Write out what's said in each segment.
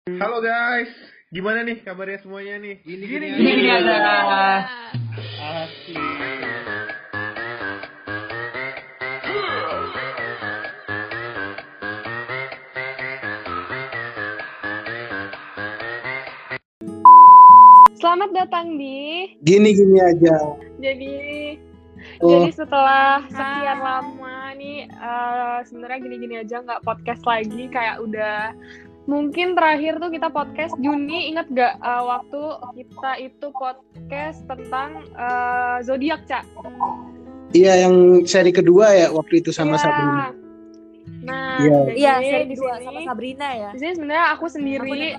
Halo guys, gimana nih kabarnya semuanya nih? Gini aja. Asli. Selamat datang di. Gini aja. Jadi setelah sekian lama nih, sebenarnya gini aja nggak podcast lagi, kayak udah. Mungkin terakhir tuh kita podcast Juni, inget gak waktu kita itu podcast tentang zodiak, Cak? Iya, yang seri kedua ya waktu itu sama Sabrina. Nah, Iya, seri di kedua sini, sama Sabrina ya. Di sini sebenarnya aku sendiri,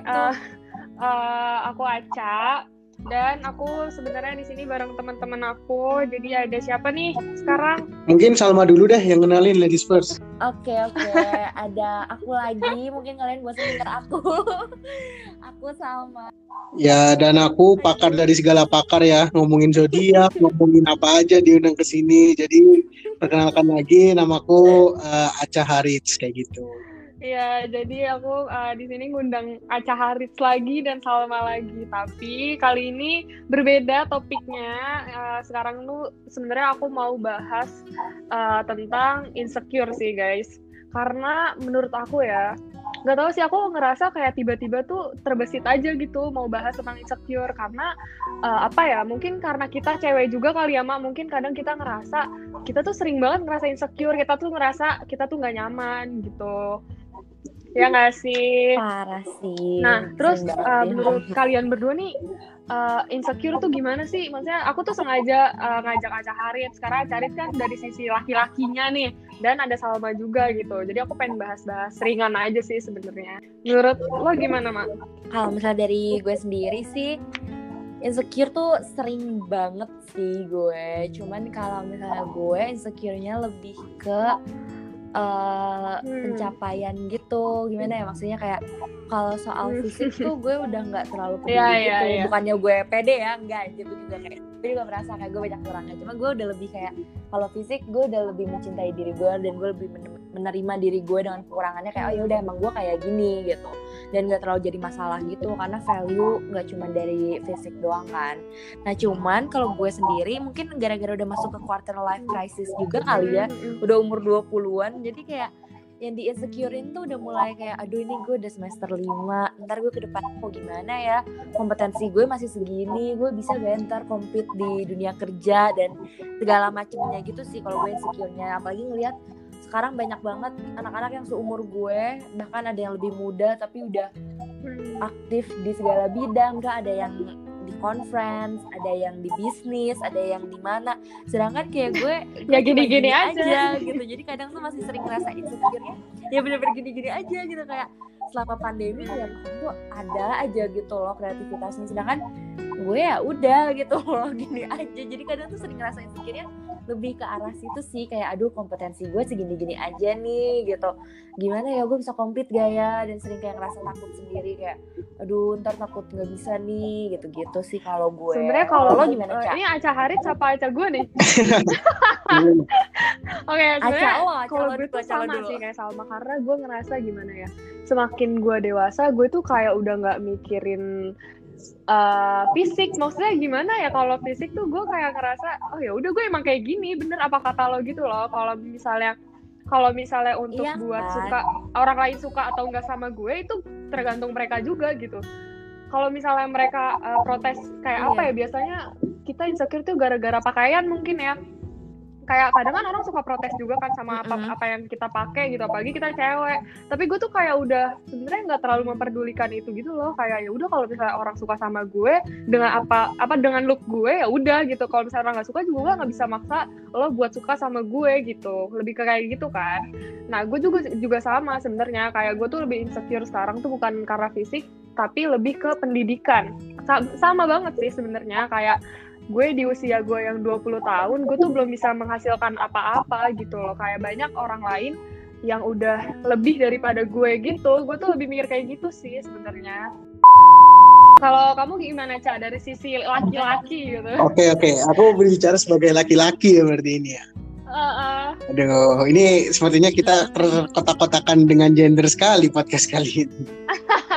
aku Aca, dan aku sebenarnya di sini bareng teman-teman aku. Jadi ada siapa nih sekarang? Mungkin Salma dulu deh yang kenalin ladies first. Oke, ada aku lagi. Mungkin kalian bosan denger aku. Aku Salma. Ya, dan aku pakar dari segala pakar ya, ngomongin zodiak, ngomongin apa aja diundang ke sini. Jadi perkenalkan lagi, namaku Aca Harits kayak gitu. Iya, jadi aku di sini ngundang Aca Harits lagi dan Salma lagi. Tapi kali ini berbeda topiknya. Sekarang tuh sebenarnya aku mau bahas tentang insecure sih, guys. Karena menurut aku ya, nggak tahu sih, aku ngerasa kayak tiba-tiba tuh terbesit aja gitu mau bahas tentang insecure. Karena mungkin karena kita cewek juga kali ya, Mak. Mungkin kadang kita ngerasa kita tuh sering banget ngerasa insecure. Kita tuh ngerasa kita tuh nggak nyaman gitu. Ya nggak sih? Parah sih. Nah, terus menurut kalian berdua nih, insecure tuh gimana sih? Maksudnya aku tuh sengaja ngajak Aca Harits, karena Aca Harits kan dari sisi laki-lakinya nih, dan ada Salma juga gitu. Jadi aku pengen bahas-bahas ringan aja sih sebenarnya. Menurut lo gimana, Mak? Kalau misalnya dari gue sendiri sih, insecure tuh sering banget sih gue. Cuman kalau misalnya gue insecure-nya lebih ke pencapaian gitu, gimana ya, maksudnya kayak kalau soal fisik tuh gue udah nggak terlalu peduli gitu. Bukannya gue pede ya, enggak, gue juga merasa kayak gue banyak kurangnya, cuma gue udah lebih kayak kalau fisik gue udah lebih mencintai diri gue dan gue lebih menerima diri gue dengan kekurangannya, kayak oh ya udah emang gue kayak gini gitu, dan nggak terlalu jadi masalah gitu, karena value nggak cuma dari fisik doang kan. Nah cuman kalau gue sendiri mungkin gara-gara udah masuk ke quarter life crisis juga kali ya, udah umur 20-an, jadi kayak yang di insecurein tuh udah mulai kayak aduh ini gue udah semester 5, ntar gue ke depan mau gimana ya, kompetensi gue masih segini, gue bisa gak ntar compete di dunia kerja dan segala macemnya gitu sih kalau gue insecure-nya. Apalagi ngelihat sekarang banyak banget anak-anak yang seumur gue, bahkan ada yang lebih muda tapi udah aktif di segala bidang, gak ada yang di conference, ada yang di bisnis, ada yang di mana, sedangkan kayak gue ya gini-gini aja gitu. Jadi kadang tuh masih sering ngerasa insecure-nya ya bener-bener gini-gini aja gitu, kayak selama pandemi ya tuh ada aja gitu loh kreativitasnya, sedangkan gue ya udah gitu loh gini aja. Jadi kadang tuh sering ngerasa insecure-nya lebih ke arah situ sih, kayak aduh kompetensi gue segini-gini aja nih gitu, gimana ya gue bisa compete gak ya, dan sering kayak ngerasa takut sendiri, kayak aduh ntar takut nggak bisa nih gitu sih kalau gue. Sebenarnya kalau lo gimana, Ca? ini Aca Harits apa Aca gue nih? Oke, sebenarnya kalau gue tuh sama sih kayak Salma, karena gue ngerasa gimana ya, semakin gue dewasa gue tuh kayak udah nggak mikirin fisik. Maksudnya gimana ya, kalau fisik tuh gue kayak ngerasa oh ya udah gue emang kayak gini, bener apa kata lo gitu loh. Kalau misalnya untuk buat suka orang lain suka atau enggak sama gue itu tergantung mereka juga gitu. Kalau misalnya mereka protes kayak apa ya, biasanya kita insecure tuh gara-gara pakaian mungkin ya. Kayak kadang kan orang suka protes juga kan sama apa yang kita pakai gitu, apalagi kita cewek. Tapi gue tuh kayak udah sebenarnya nggak terlalu memperdulikan itu gitu loh. Kayak ya udah kalau misalnya orang suka sama gue dengan apa dengan look gue ya udah gitu. Kalau misalnya orang nggak suka juga gue nggak bisa maksa lo buat suka sama gue gitu. Lebih ke kayak gitu kan. Nah gue juga sama sebenarnya, kayak gue tuh lebih insecure sekarang tuh bukan karena fisik tapi lebih ke pendidikan. Sama banget sih sebenarnya, kayak gue di usia gue yang 20 tahun, gue tuh belum bisa menghasilkan apa-apa gitu loh. Kayak banyak orang lain yang udah lebih daripada gue gitu. Gue tuh lebih mikir kayak gitu sih sebenarnya. Kalau kamu gimana, Ca, dari sisi laki-laki gitu? Oke. Aku berbicara sebagai laki-laki ya berarti ini ya. Aduh, ini sepertinya kita terkotak-kotakan dengan gender sekali podcast kali ini.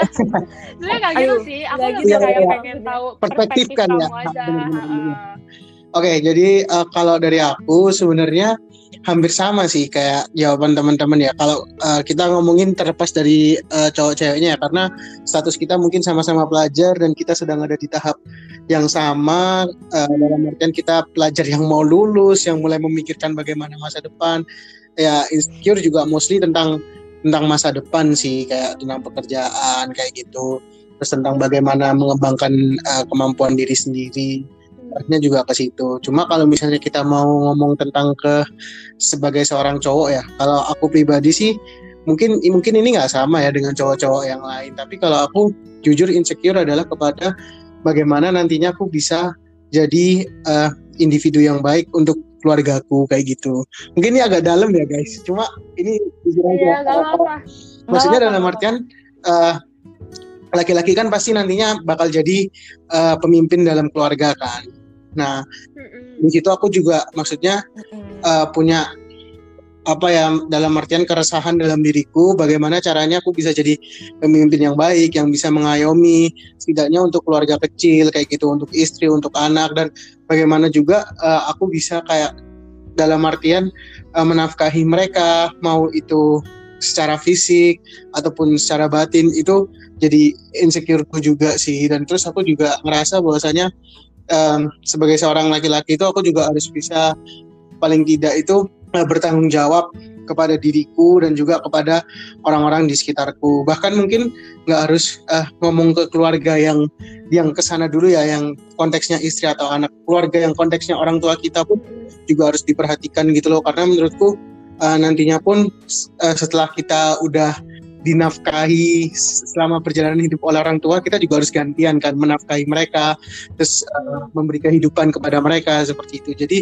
Sebenarnya nggak gitu sih, aku nggak lebih gitu kayak ya. pengen tahu Perspektif kan kamu ya. aja. Benar-benar. Oke, jadi kalau dari aku sebenarnya hampir sama sih kayak jawaban teman-teman ya. Kalau kita ngomongin terlepas dari cowok ceweknya ya, karena status kita mungkin sama-sama pelajar dan kita sedang ada di tahap yang sama, dalam artian kita pelajar yang mau lulus, yang mulai memikirkan bagaimana masa depan. Ya, insecure juga mostly tentang masa depan sih, kayak tentang pekerjaan kayak gitu. Terus tentang bagaimana mengembangkan kemampuan diri sendiri. Artinya juga ke situ. Cuma kalau misalnya kita mau ngomong tentang sebagai seorang cowok ya, kalau aku pribadi sih mungkin ini nggak sama ya dengan cowok-cowok yang lain. Tapi kalau aku jujur insecure adalah kepada bagaimana nantinya aku bisa jadi individu yang baik untuk keluargaku kayak gitu. Mungkin ini agak dalam ya guys. Cuma ini jujur aja. Iya, nggak apa-apa. Maksudnya dalam artian laki-laki kan pasti nantinya bakal jadi pemimpin dalam keluarga kan. Nah, di situ aku juga maksudnya punya apa ya, dalam artian keresahan dalam diriku, bagaimana caranya aku bisa jadi pemimpin yang baik, yang bisa mengayomi setidaknya untuk keluarga kecil kayak gitu, untuk istri, untuk anak, dan bagaimana juga aku bisa kayak dalam artian menafkahi mereka, mau itu secara fisik ataupun secara batin, itu jadi insecureku juga sih. Dan terus aku juga ngerasa bahwasanya sebagai seorang laki-laki itu aku juga harus bisa paling tidak itu bertanggung jawab kepada diriku dan juga kepada orang-orang di sekitarku. Bahkan mungkin nggak harus ngomong ke keluarga yang kesana dulu ya, yang konteksnya istri atau anak. Keluarga yang konteksnya orang tua kita pun juga harus diperhatikan gitu loh. Karena menurutku nantinya pun setelah kita udah dinafkahi selama perjalanan hidup oleh orang tua, kita juga harus gantian kan menafkahi mereka, terus memberi kehidupan kepada mereka seperti itu. Jadi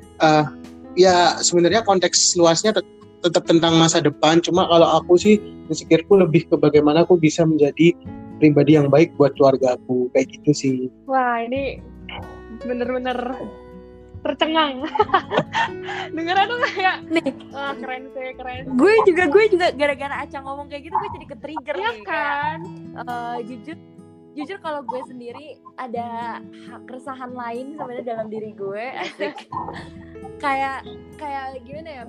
ya sebenarnya konteks luasnya tetap tentang masa depan. Cuma kalau aku sih insecureku lebih ke bagaimana aku bisa menjadi pribadi yang baik buat keluargaku kayak gitu sih. Wah, ini bener-bener tercengang. Dengarnya tuh kayak nih, keren sih, keren. Gue juga gara-gara Aca ngomong kayak gitu gue jadi ke-trigger ya nih. Kan? Jujur kalau gue sendiri ada keresahan lain sebenarnya dalam diri gue, asik. kayak gimana ya?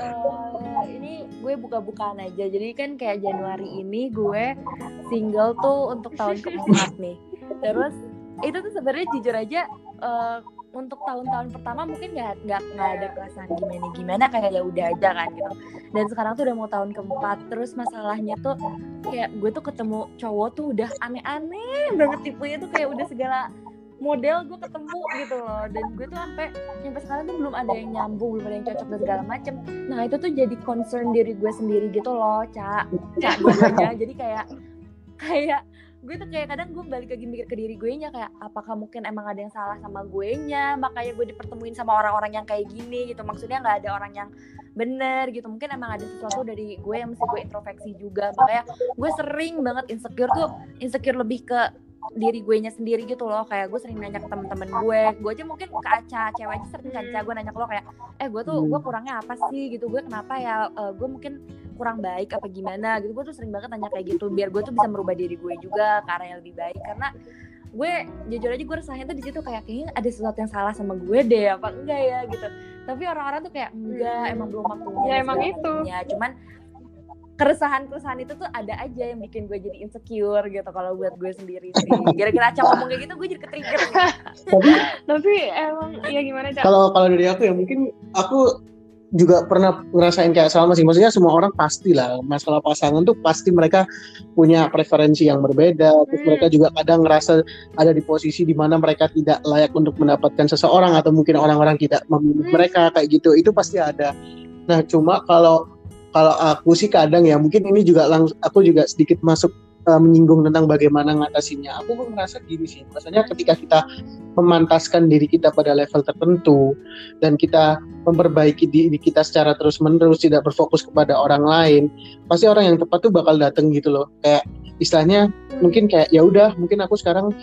Ini gue buka-bukaan aja. Jadi kan kayak Januari ini gue single tuh untuk tahun keempat nih. Terus itu tuh sebenarnya jujur aja untuk tahun-tahun pertama mungkin nggak ada perasaan gimana kayak ya udah aja kan gitu. Dan sekarang tuh udah mau tahun keempat, terus masalahnya tuh kayak gue tuh ketemu cowok tuh udah aneh-aneh banget, tipenya tuh kayak udah segala model gue ketemu gitu loh. Dan gue tuh sampai sekarang tuh belum ada yang nyambung, belum ada yang cocok dan segala macem. Nah itu tuh jadi concern diri gue sendiri gitu loh, Cak dua-duanya. Jadi kayak gue tuh kayak kadang gue balik lagi mikir ke diri gue nya, kayak apakah mungkin emang ada yang salah sama gue nya, makanya gue dipertemuin sama orang-orang yang kayak gini gitu. Maksudnya nggak ada orang yang bener gitu, mungkin emang ada sesuatu dari gue yang mesti gue introspeksi juga. Makanya gue sering banget insecure lebih ke diri gue nya sendiri gitu loh. Kayak gue sering nanya ke temen-temen gue aja mungkin ke Aca, cewek aja sering kan, gue nanya ke lo kayak gue kurangnya apa sih gitu, gue kenapa ya, gue mungkin kurang baik apa gimana gitu. Gue tuh sering banget nanya kayak gitu biar gue tuh bisa merubah diri gue juga ke arah yang lebih baik. Karena gue jujur aja gue rasanya tuh di situ kayaknya ada sesuatu yang salah sama gue deh, apa enggak ya gitu. Tapi orang-orang tuh kayak enggak, emang belum waktunya. Ya emang itu. Cuman keresahan itu tuh ada aja yang bikin gue jadi insecure gitu kalau buat gue sendiri sih. Gara-gara Aca ngomong kayak gitu gue jadi ke-trigger. Tapi emang ya gimana, Cak? Kalau dari aku ya, mungkin aku juga pernah ngerasain kayak sama sih. Maksudnya semua orang pasti lah masalah pasangan tuh pasti mereka punya preferensi yang berbeda. Terus mereka juga kadang ngerasa ada di posisi di mana mereka tidak layak untuk mendapatkan seseorang, atau mungkin orang-orang tidak memilih mereka kayak gitu. Itu pasti ada. Nah cuma kalau aku sih kadang ya, mungkin ini juga aku juga sedikit masuk menyinggung tentang bagaimana ngatasinnya. Aku merasa gini sih, maksudnya ketika kita memantaskan diri kita pada level tertentu dan kita memperbaiki diri kita secara terus-menerus, tidak berfokus kepada orang lain, pasti orang yang tepat tuh bakal datang gitu loh. Kayak istilahnya mungkin kayak ya udah, mungkin aku sekarang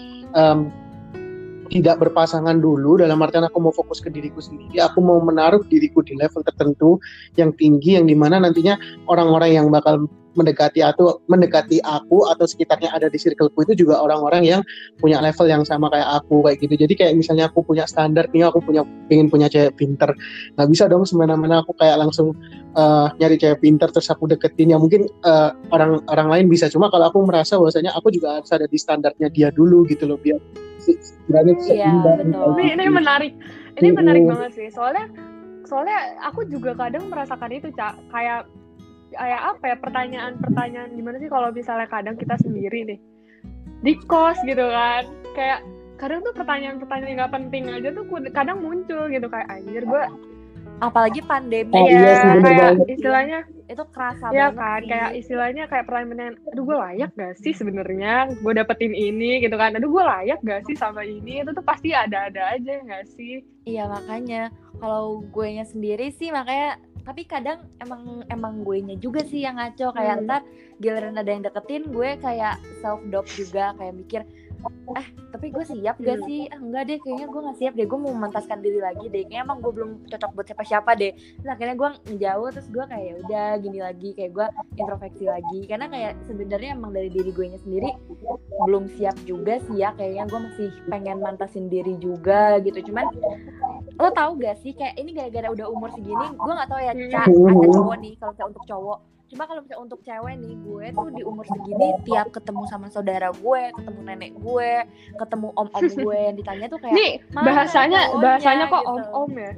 tidak berpasangan dulu, dalam artian aku mau fokus ke diriku sendiri, aku mau menaruh diriku di level tertentu yang tinggi, yang dimana nantinya orang-orang yang bakal mendekati aku atau sekitarnya ada di circleku itu juga orang-orang yang punya level yang sama kayak aku kayak gitu. Jadi kayak misalnya aku punya standar nih, aku pengen punya cewek pinter, nggak bisa dong semena-mena aku kayak langsung nyari cewek pinter terus aku deketin. Ya mungkin orang lain bisa, cuma kalau aku merasa bahwasanya aku juga harus ada di standarnya dia dulu gitu loh, biar betul. Ini menarik. Ini menarik banget sih. Soalnya aku juga kadang merasakan itu, Cak. Kayak apa ya, pertanyaan gimana sih kalau misalnya kadang kita sendiri nih di kos gitu kan. Kayak kadang tuh pertanyaan-pertanyaan nggak penting aja tuh kadang muncul gitu, kayak anjir gue, apalagi pandemi kayak istilahnya itu kerasa ya banget kan sih. Kayak istilahnya kayak pertanyaan, aduh gue layak gak sih sebenarnya gue dapetin ini gitu kan, aduh gue layak gak sih sama ini, itu tuh pasti ada aja gak sih. Iya, makanya kalau gue nya sendiri sih makanya, tapi kadang emang gue nya juga sih yang ngaco, kayak ntar giliran ada yang deketin gue kayak self doubt juga, kayak mikir tapi gue siap gak sih? Enggak deh, kayaknya gue gak siap deh, gue mau memantaskan diri lagi deh, kayaknya emang gue belum cocok buat siapa-siapa deh. Terus akhirnya gue ngejauh, terus gue kayak ya udah gini lagi, kayak gue introspeksi lagi, karena kayak sebenarnya emang dari diri gue nya sendiri belum siap juga sih ya, kayaknya gue masih pengen mantasin diri juga gitu. Cuman lo tau gak sih, kayak ini gara-gara udah umur segini, gue gak tau ya ada cowok nih, kalau misalnya untuk cowok. Cuma kalau misalnya untuk cewek nih, gue tuh di umur segini tiap ketemu sama saudara gue, ketemu nenek gue, ketemu om-om gue yang ditanya tuh kayak nih bahasanya kok gitu. Om ya.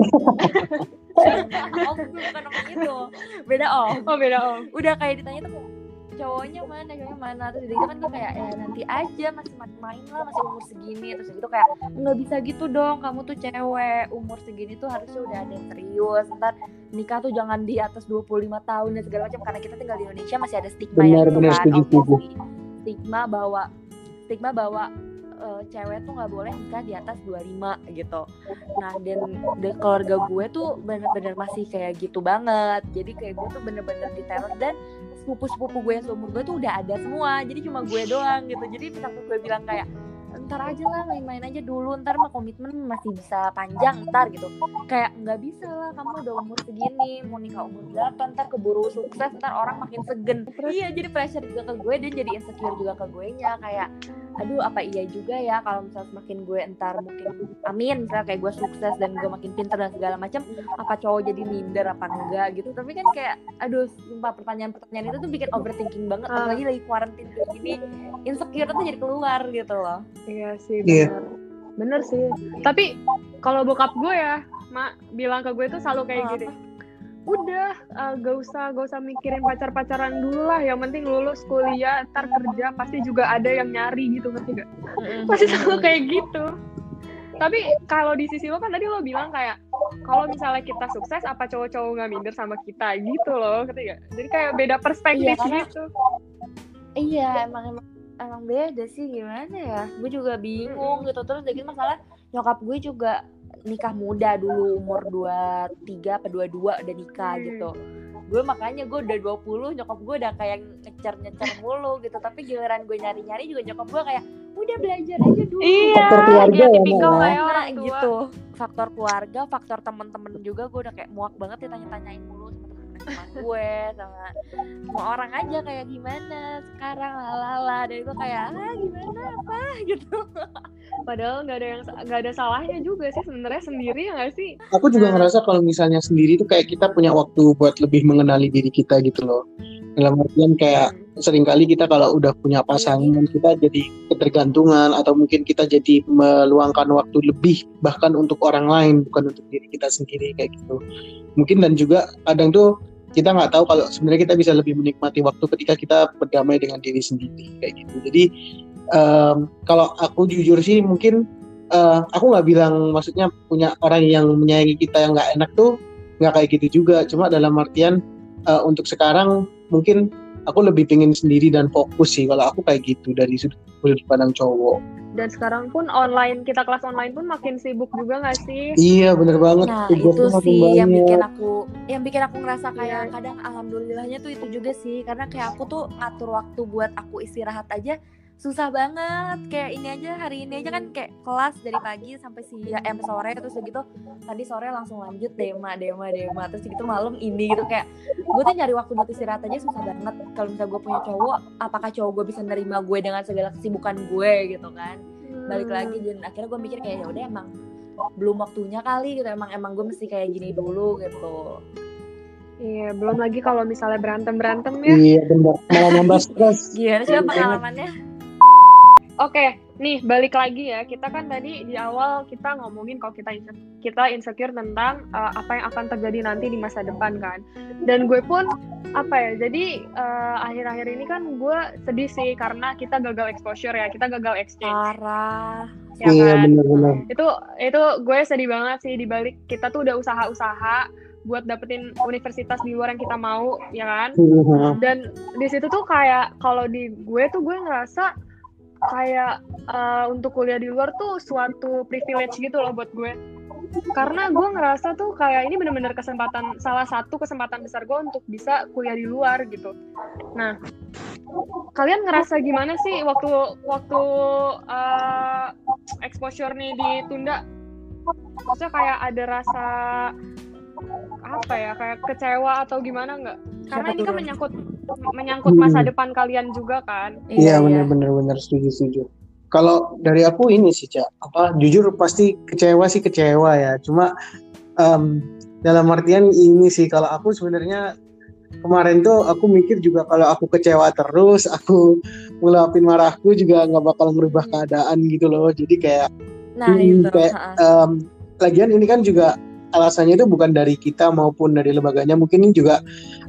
Om bukan om itu, beda om. Oh beda om. Udah kayak ditanya tuh cowoknya mana, terus gitu kan gue kayak nanti aja, masih main lah, masih umur segini, terus gitu kayak nggak bisa gitu dong, kamu tuh cewek umur segini tuh harusnya udah ada yang serius, ntar nikah tuh jangan di atas 25 tahun dan segala macam, karena kita tinggal di Indonesia masih ada stigma yang itu kan, stigma bahwa cewek tuh nggak boleh nikah di atas 25 gitu. Nah dan keluarga gue tuh bener-bener masih kayak gitu banget, jadi kayak gue tuh bener-bener diteror, dan sepupu-sepupu gue yang seumur gue tuh udah ada semua, jadi cuma gue doang gitu. Jadi pas gue bilang kayak ntar aja lah, main-main aja dulu, ntar mah komitmen masih bisa panjang ntar gitu, kayak nggak bisa lah, kamu udah umur segini mau nikah umur berapa, ntar keburu sukses, ntar orang makin segen. Iya, jadi pressure juga ke gue dan jadi insecure juga ke gue nya, kayak aduh apa iya juga ya kalau misalnya semakin gue entar mungkin amin misalnya kayak gue sukses dan gue makin pintar dan segala macam, apa cowok jadi minder apa enggak gitu. Tapi kan kayak aduh sumpah pertanyaan-pertanyaan itu tuh bikin overthinking banget, apalagi lagi quarantine kayak gini, insecure tuh jadi keluar gitu loh. Iya sih, bener sih. Tapi kalau bokap gue ya, mak bilang ke gue tuh selalu kayak gini, udah gak usah mikirin pacaran dulu lah, yang penting lulus kuliah, ntar kerja pasti juga ada yang nyari gitu, ngerti gak? Pasti selalu kayak gitu. Tapi kalau di sisi lo kan tadi lo bilang kayak kalau misalnya kita sukses, apa cowok-cowok nggak minder sama kita gitu loh, ngerti gak? Jadi kayak beda perspektif gitu. Iya, emang beda sih, gimana ya, gue juga bingung gitu. Terus lagi masalah nyokap gue juga nikah muda dulu, umur 23 apa 22 udah nikah gitu. Gue makanya gue udah 20, nyokap gue udah kayak ngecer mulu gitu. Tapi giliran gue nyari-nyari juga nyokap gue kayak udah belajar aja dulu. Iya, faktor keluarga ya, orang tua gitu. Faktor keluarga, faktor temen-temen juga, gue udah kayak muak banget ditanya-tanyain mulu sama gue, sama semua orang aja kayak gimana sekarang lalala, dan itu kayak gimana apa gitu. Padahal nggak ada salahnya juga sih sebenarnya sendiri, ya nggak sih? Aku juga ngerasa kalau misalnya sendiri tuh kayak kita punya waktu buat lebih mengenali diri kita gitu loh. Dalam artian kayak seringkali kita kalau udah punya pasangan, kita jadi ketergantungan, atau mungkin kita jadi meluangkan waktu lebih bahkan untuk orang lain, bukan untuk diri kita sendiri kayak gitu. Mungkin dan juga kadang tuh kita nggak tahu kalau sebenarnya kita bisa lebih menikmati waktu ketika kita berdamai dengan diri sendiri kayak gitu. Jadi kalau aku jujur sih mungkin aku nggak bilang maksudnya punya orang yang menyayangi kita yang nggak enak tuh nggak kayak gitu juga. Cuma dalam artian untuk sekarang mungkin aku lebih pengen sendiri dan fokus sih kalau aku kayak gitu dari sudut pandang cowok. Dan sekarang pun online, kita kelas online pun makin sibuk juga nggak sih? Iya bener banget. Nah itu sih yang bikin aku ngerasa kayak kadang alhamdulillahnya tuh itu juga sih, karena kayak aku tuh ngatur waktu buat aku istirahat aja susah banget. Kayak ini aja, hari ini aja kan kayak kelas dari pagi sampai siang sore, terus gitu tadi sore langsung lanjut dema terus gitu malam ini gitu. Kayak gue tuh nyari waktu buat istirahat aja susah banget. Kalau misalnya gue punya cowok, apakah cowok gue bisa nerima gue dengan segala kesibukan gue gitu kan. Balik lagi, dan akhirnya gue mikir kayak ya udah emang belum waktunya kali gitu, emang gue mesti kayak gini dulu gitu. Iya, belum lagi kalau misalnya berantem ya. Iya benar, malah nambah stres. Gimana sih pengalamannya? Oke, nih balik lagi ya. Kita kan tadi di awal kita ngomongin kalau kita insecure tentang apa yang akan terjadi nanti di masa depan kan. Dan gue pun jadi akhir-akhir ini kan gue sedih sih karena kita gagal exposure ya, kita gagal exchange. Parah. Ya Iya kan? benar. Itu gue sedih banget sih, dibalik kita tuh udah usaha buat dapetin universitas di luar yang kita mau, ya kan? Dan di situ tuh kayak kalau di gue ngerasa kayak untuk kuliah di luar tuh suatu privilege gitu loh buat gue. Karena gue ngerasa tuh kayak ini benar-benar salah satu kesempatan besar gue untuk bisa kuliah di luar gitu. Nah, kalian ngerasa gimana sih waktu exposure nih ditunda? Maksudnya kayak ada rasa kayak kecewa atau gimana nggak? Karena ini kan menyangkut masa depan kalian juga kan. Iya benar setuju. Kalau dari aku ini sih jujur pasti kecewa ya. Cuma dalam artian ini sih, kalau aku sebenarnya kemarin tuh aku mikir juga kalau aku kecewa terus, aku ngeluapin marahku juga nggak bakal merubah keadaan gitu loh. Jadi kayak lagian ini kan juga alasannya itu bukan dari kita maupun dari lembaganya, mungkin ini juga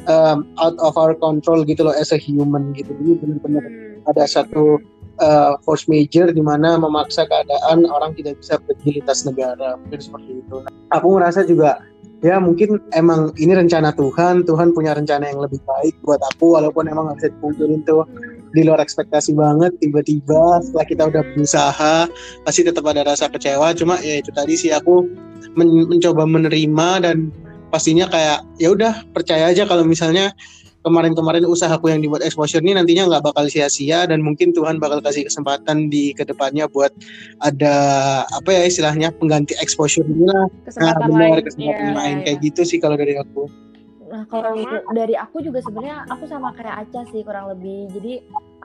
out of our control gitu loh as a human gitu. Jadi benar-benar ada satu force major di mana memaksa keadaan orang tidak bisa pergi lintas negara, mungkin seperti itu. Nah, aku ngerasa juga ya mungkin emang ini rencana Tuhan punya rencana yang lebih baik buat aku, walaupun emang nggak bisa dipungkirin tuh di luar ekspektasi banget. Tiba-tiba setelah kita udah berusaha pasti tetap ada rasa kecewa. Cuma ya itu tadi sih, aku mencoba menerima dan pastinya kayak ya udah percaya aja kalau misalnya kemarin usahaku yang dibuat exposure ini nantinya nggak bakal sia-sia, dan mungkin Tuhan bakal kasih kesempatan di kedepannya buat ada istilahnya pengganti exposure ini lah. Kesempatan lain kayak gitu sih kalau dari aku. Nah kalau dari aku juga sebenarnya aku sama kayak Aca sih kurang lebih. Jadi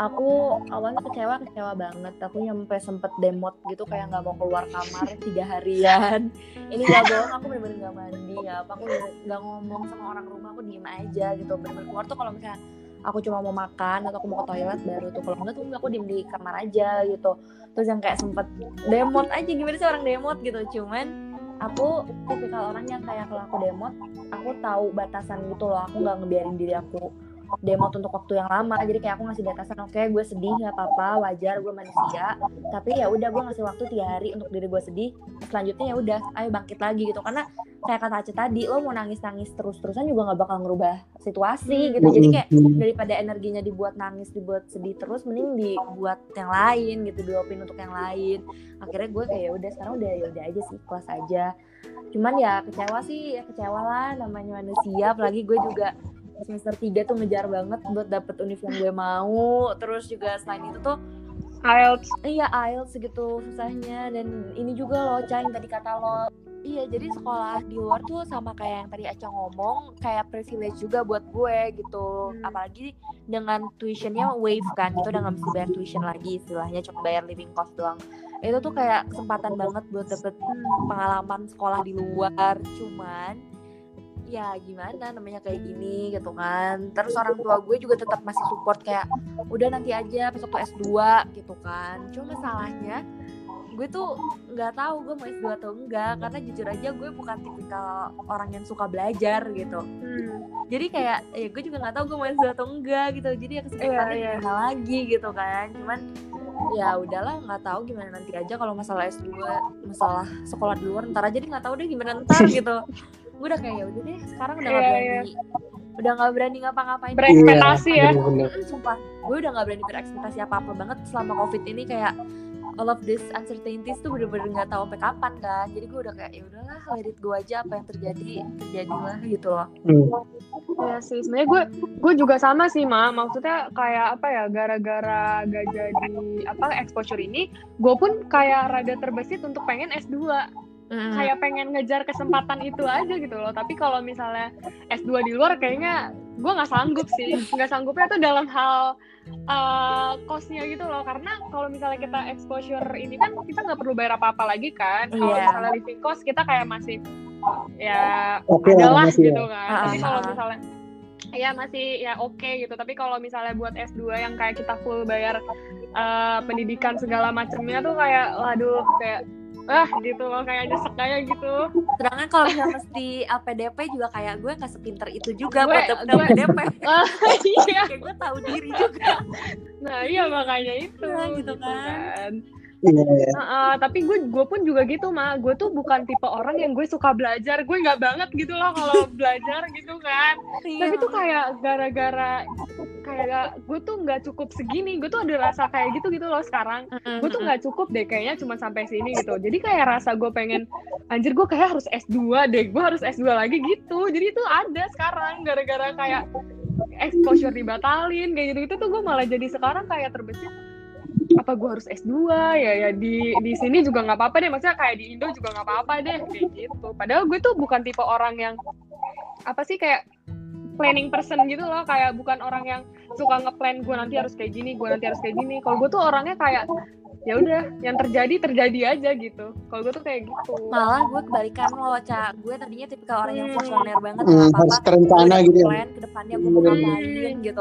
aku awalnya kecewa banget. Aku nyampe sempet demot gitu, kayak nggak mau keluar kamar 3 harian. Ini nggak bohong, aku bener-bener nggak mandi, aku nggak ngomong sama orang rumah, aku diem aja gitu. Bener-bener keluar tuh kalau misalnya aku cuma mau makan atau aku mau ke toilet baru tuh. Kalau enggak tuh aku diem di kamar aja gitu. Terus yang kayak sempet demot aja, gimana sih orang demot gitu. Cuman aku tipikal orang yang kayak kalau aku demot, aku tahu batasan gitu loh. Aku nggak ngebiarin diri aku demot untuk waktu yang lama. Jadi kayak aku ngasih batasan, oke, gue sedih nggak apa-apa, wajar, gue manusia. Tapi ya udah, gue ngasih waktu 3 hari untuk diri gue sedih. Selanjutnya ya udah, ayo bangkit lagi gitu. Karena kayak kata Aca tadi, lo mau nangis terus-terusan juga nggak bakal ngerubah situasi gitu. Jadi kayak daripada energinya dibuat nangis, dibuat sedih terus, mending dibuat yang lain gitu, diopin untuk yang lain. Akhirnya gue kayak udah, sekarang udah aja sih, kelas aja. Cuman ya kecewa lah, namanya manusia. Apalagi gue juga semester 3 tuh ngejar banget buat dapet univ yang gue mau. Terus juga selain itu tuh IELTS. Iya, IELTS gitu susahnya. Dan ini juga loh, Ca, yang tadi kata lo. Iya, jadi sekolah di luar tuh sama kayak yang tadi Aca ngomong, kayak privilege juga buat gue gitu. Apalagi dengan tuitionnya wave kan, itu udah gak mesti bayar tuition lagi istilahnya, cuma bayar living cost doang. Itu tuh kayak kesempatan banget buat dapet pengalaman sekolah di luar. Cuman ya gimana, namanya kayak gini gitu kan. Terus orang tua gue juga tetap masih support kayak udah nanti aja pas waktu S2 gitu kan. Cuma masalahnya gue tuh nggak tahu gue mau S2 atau enggak, karena jujur aja gue bukan tipikal orang yang suka belajar gitu. Jadi kayak ya gue juga nggak tahu gue mau S2 atau enggak gitu. Jadi ya kesempatannya gimana lagi gitu kan. Cuman ya udahlah, nggak tahu gimana nanti aja. Kalau masalah S2, masalah sekolah di luar ntar aja deh, nggak tahu deh gimana ntar gitu. Gue udah kayak ya udah deh, sekarang udah nggak berani ngapa-ngapain, berekspektasi ya. Sumpah gue udah nggak berani berekspektasi apa-apa banget selama COVID ini. Kayak all of this uncertainties tuh bener-bener nggak tahu sampai kapan kan. Jadi gue udah kayak ya udahlah, let it go aja, apa yang terjadilah gitu loh. Ya sih, sebenarnya gue juga sama sih, maksudnya kayak apa ya, gara-gara gak jadi exposure ini, gue pun kayak rada terbesit untuk pengen S2. Kayak pengen ngejar kesempatan itu aja gitu loh. Tapi kalau misalnya S2 di luar kayaknya gue nggak sanggup sih. Nggak sanggupnya tuh dalam hal cost-nya gitu loh. Karena kalau misalnya kita exposure ini kan kita nggak perlu bayar apa-apa lagi kan. Kalau misalnya living cost kita kayak masih ya adalah gitu kan. Tapi kalau misalnya ya masih ya oke gitu. Tapi kalau misalnya buat S2 yang kayak kita full bayar pendidikan segala macamnya tuh kayak waduh kayak gitu loh, kayak nyesek kayak gitu. Sedangkan kalau misalnya mesti LPDP juga kayak gue nggak sepinter itu juga buat dapet LPDP. Iya. Kayak gue tahu diri juga. Nah iya makanya itu gitu kan. Tapi gue pun juga gitu gue tuh bukan tipe orang yang gue suka belajar, gue nggak banget gitu loh kalau belajar gitu kan. Tapi tuh kayak gara-gara kayak gue tuh nggak cukup segini, gue tuh ada rasa kayak gitu loh sekarang. Gue tuh nggak cukup deh kayaknya cuma sampai sini gitu. Jadi kayak rasa gue pengen anjir gue kayak harus S2 deh, gue harus S2 lagi gitu. Jadi itu ada sekarang gara-gara kayak exposure dibatalin kayak gitu tuh gue malah jadi sekarang kayak terbesit apa gue harus S2 ya di sini juga nggak apa-apa deh, maksudnya kayak di Indo juga nggak apa-apa deh kayak gitu. Padahal gue tuh bukan tipe orang yang apa sih kayak planning person gitu loh, kayak bukan orang yang suka ngeplan gue nanti harus kayak gini, gue nanti harus kayak gini. Kalau gue tuh orangnya kayak ya udah yang terjadi aja gitu. Kalau gue tuh kayak gitu. Malah gue kebalikan loh, gue tadinya tipikal orang yang visioner banget, apa-apa harus terencana gitu ya. Plan ke depannya gue mau ngapain gitu.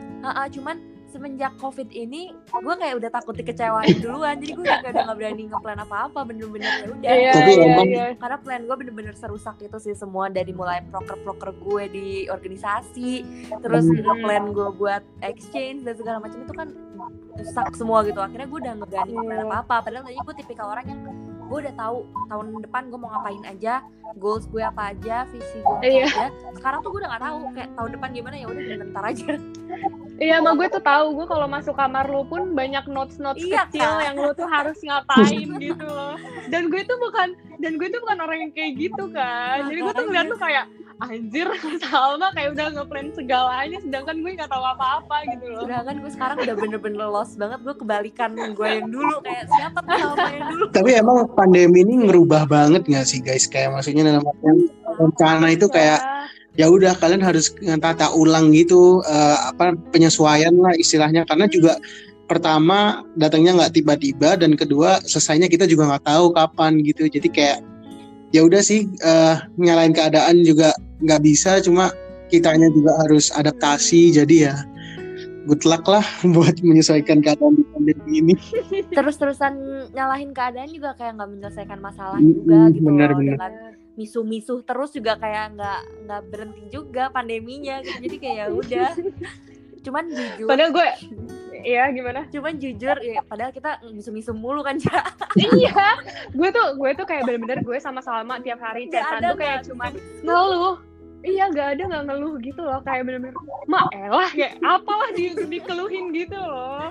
Cuman semenjak COVID ini gue kayak udah takut dikecewain duluan, jadi gue udah nggak berani ngeplan apa-apa, bener-bener ya udah. Karena plan gue bener-bener serusak itu sih semua, dari mulai proker gue di organisasi, terus plan gue buat exchange dan segala macam itu kan rusak semua gitu. Akhirnya gue udah nggak berani ngeplan apa-apa. Padahal tadi gue tipikal orang yang gue udah tahu tahun depan gue mau ngapain aja, goals gue apa aja, visi gue apa aja. Sekarang tuh gue udah nggak tahu kayak tahun depan gimana, ya udah bentar aja. Iya, gue tuh tahu, gue kalau masuk kamar lu pun banyak notes kecil yang lu tuh harus ngapain gitu loh. Dan gue tuh bukan orang yang kayak gitu kan. Jadi gue tuh ngeliat tuh kayak anjir, Salma kayak udah ngeplan segalanya, sedangkan gue nggak tahu apa-apa gitu loh. Sedangkan gue sekarang udah bener-bener lost banget, gue kebalikan gue yang dulu, kayak siapa tuh Salma yang dulu. Tapi emang pandemi ini ngerubah banget nggak sih guys? Kayak maksudnya dalam artian rencana itu kayak ya udah kalian harus tata ulang gitu, penyesuaian lah istilahnya, karena juga pertama datangnya nggak tiba-tiba, dan kedua selesainya kita juga nggak tahu kapan gitu. Jadi kayak ya udah sih, nyalain keadaan juga nggak bisa, cuma kitanya juga harus adaptasi. Jadi ya good luck lah buat menyesuaikan keadaan di pandemi ini. Terus-terusan nyalahin keadaan juga kayak nggak menyelesaikan masalah juga gitu. Bener. Dengan misuh-misuh terus juga kayak nggak berhenti juga pandeminya gitu. Jadi kayak ya udah. Cuman jujur. Padahal gue gimana? Cuman jujur ya, padahal kita misuh-misuh mulu kan, Cak. Iya. Gue tuh kayak bener-bener gue sama Salma tiap hari chatan tuh kayak cuma ngeluh. Iya, nggak ngeluh gitu loh, kayak bener-bener elah kayak apalah dikeluhin gitu loh.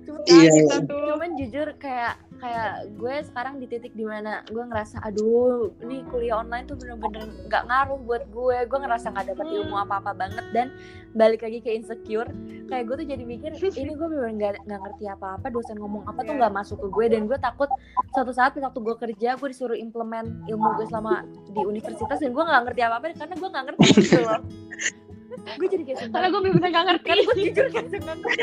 Cuman jujur kayak gue sekarang di titik dimana gue ngerasa aduh, ini kuliah online tuh bener-bener nggak ngaruh buat gue ngerasa nggak dapet ilmu apa-apa banget. Dan balik lagi ke insecure, kayak gue tuh jadi mikir ini gue bener-bener nggak ngerti apa-apa, dosen ngomong apa tuh nggak masuk ke gue, dan gue takut suatu saat waktu gue kerja gue disuruh implement ilmu gue selama di universitas dan gue nggak ngerti apa-apa karena gue nggak ngerti gitu loh. Gue jadi kayak karena gue bener-bener nggak ngerti, karena gue jujur kayak nggak ngerti.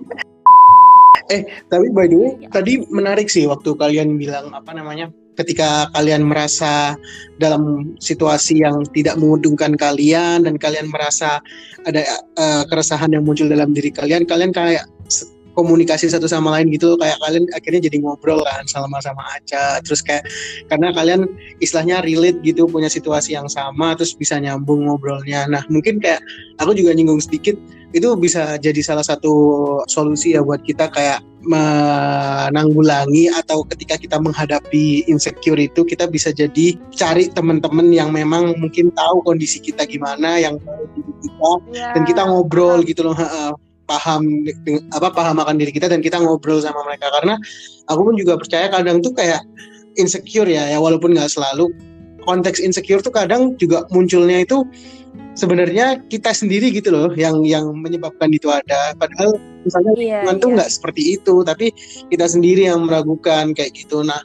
Tapi by the way, tadi menarik sih waktu kalian bilang ketika kalian merasa dalam situasi yang tidak menguntungkan kalian dan kalian merasa ada keresahan yang muncul dalam diri kalian kayak komunikasi satu sama lain gitu, kayak kalian akhirnya jadi ngobrol kan sama Aca, terus kayak karena kalian istilahnya relate gitu, punya situasi yang sama, terus bisa nyambung ngobrolnya. Nah mungkin kayak aku juga nyinggung sedikit, itu bisa jadi salah satu solusi ya buat kita kayak menanggulangi, atau ketika kita menghadapi insecure itu kita bisa jadi cari teman-teman yang memang mungkin tahu kondisi kita gimana, yang tahu diri kita, dan kita ngobrol gitu loh. paham akan diri kita dan kita ngobrol sama mereka. Karena aku pun juga percaya kadang tuh kayak insecure ya walaupun nggak selalu. Konteks insecure tuh kadang juga munculnya itu sebenarnya kita sendiri gitu loh yang menyebabkan itu ada. Padahal misalnya lingkungan tuh nggak seperti itu, tapi kita sendiri yang meragukan kayak gitu. Nah,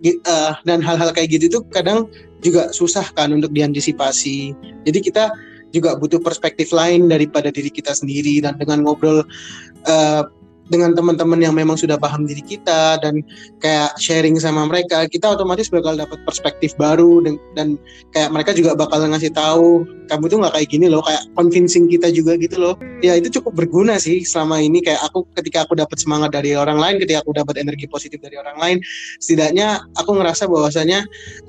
dan hal-hal kayak gitu tuh kadang juga susah kan untuk diantisipasi. Jadi kita juga butuh perspektif lain daripada diri kita sendiri, dan dengan ngobrol dengan teman-teman yang memang sudah paham diri kita dan kayak sharing sama mereka, kita otomatis bakal dapat perspektif baru dan kayak mereka juga bakal ngasih tahu kamu tuh nggak kayak gini loh, kayak convincing kita juga gitu loh. Ya itu cukup berguna sih selama ini, kayak ketika aku dapat semangat dari orang lain, ketika aku dapat energi positif dari orang lain, setidaknya aku ngerasa bahwasanya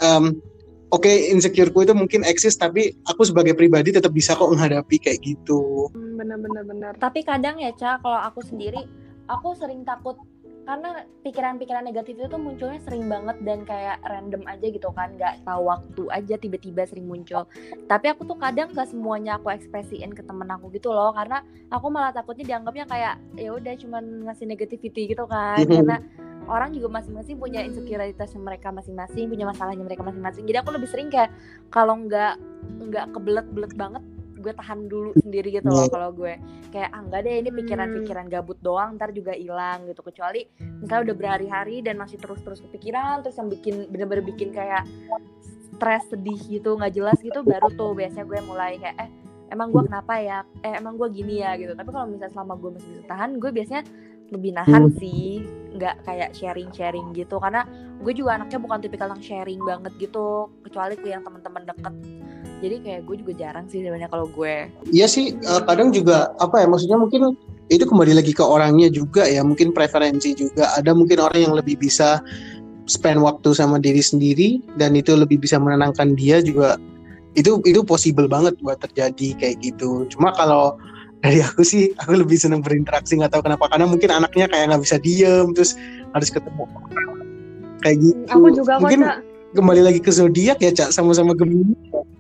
oke, insecureku itu mungkin eksis, tapi aku sebagai pribadi tetap bisa kok menghadapi kayak gitu. Benar. Tapi kadang ya, Ca, kalau aku sendiri, aku sering takut karena pikiran-pikiran negatif itu tuh munculnya sering banget dan kayak random aja gitu kan, nggak tahu waktu aja tiba-tiba sering muncul. Tapi aku tuh kadang nggak semuanya aku ekspresiin ke temen aku gitu loh, karena aku malah takutnya dianggapnya kayak ya udah cuman ngasih negativity gitu kan. Karena orang juga masing-masing punya insecurities mereka masing-masing, punya masalahnya mereka masing-masing. Jadi aku lebih sering kayak kalau nggak kebelet-belet banget, gue tahan dulu sendiri gitu loh. Kalau gue kayak enggak deh, ini pikiran-pikiran gabut doang, ntar juga hilang gitu. Kecuali misalnya udah berhari-hari dan masih terus kepikiran, terus yang bikin bener-bener bikin kayak stres, sedih gitu, nggak jelas gitu, baru tuh biasanya gue mulai kayak emang gue kenapa ya, emang gue gini ya gitu. Tapi kalau misalnya selama gue masih bisa tahan, gue biasanya lebih nahan sih, nggak kayak sharing gitu. Karena gue juga anaknya bukan tipikal yang sharing banget gitu, kecuali ke yang teman-teman deket. Jadi kayak gue juga jarang sih sebenarnya kalau gue. Iya sih, kadang juga maksudnya mungkin itu kembali lagi ke orangnya juga ya, mungkin preferensi juga. Ada mungkin orang yang lebih bisa spend waktu sama diri sendiri dan itu lebih bisa menenangkan dia juga. Itu possible banget buat terjadi kayak gitu. Cuma kalau dari aku sih, aku lebih senang berinteraksi, nggak tahu kenapa, karena mungkin anaknya kayak nggak bisa diem, terus harus ketemu kayak gitu. Aku juga mungkin Cak. Kembali lagi ke zodiak ya, Cak, sama-sama Gemini.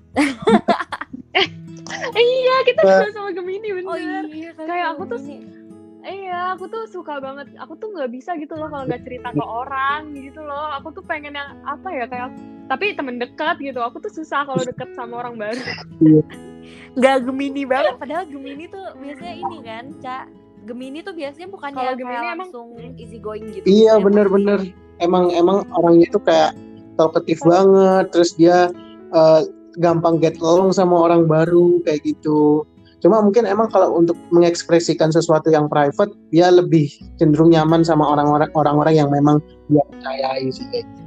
Iya, kita sama-sama Gemini, bener. Oh iya, kayak aku tuh suka banget. Aku tuh nggak bisa gitu loh kalau nggak cerita ke orang gitu loh. Aku tuh pengen yang kayak, tapi temen dekat gitu. Aku tuh susah kalau deket sama orang baru. Nggak Gemini banget, padahal Gemini tuh biasanya ini kan, Ca. Gemini tuh biasanya bukannya kalau kayak Gemini langsung easy going gitu. Iya, bener-bener. Emang orangnya tuh kayak talkative banget, terus dia gampang get along sama orang baru kayak gitu. Cuma mungkin emang kalau untuk mengekspresikan sesuatu yang private, dia lebih cenderung nyaman sama orang-orang yang memang dia percayai sih kayak gitu.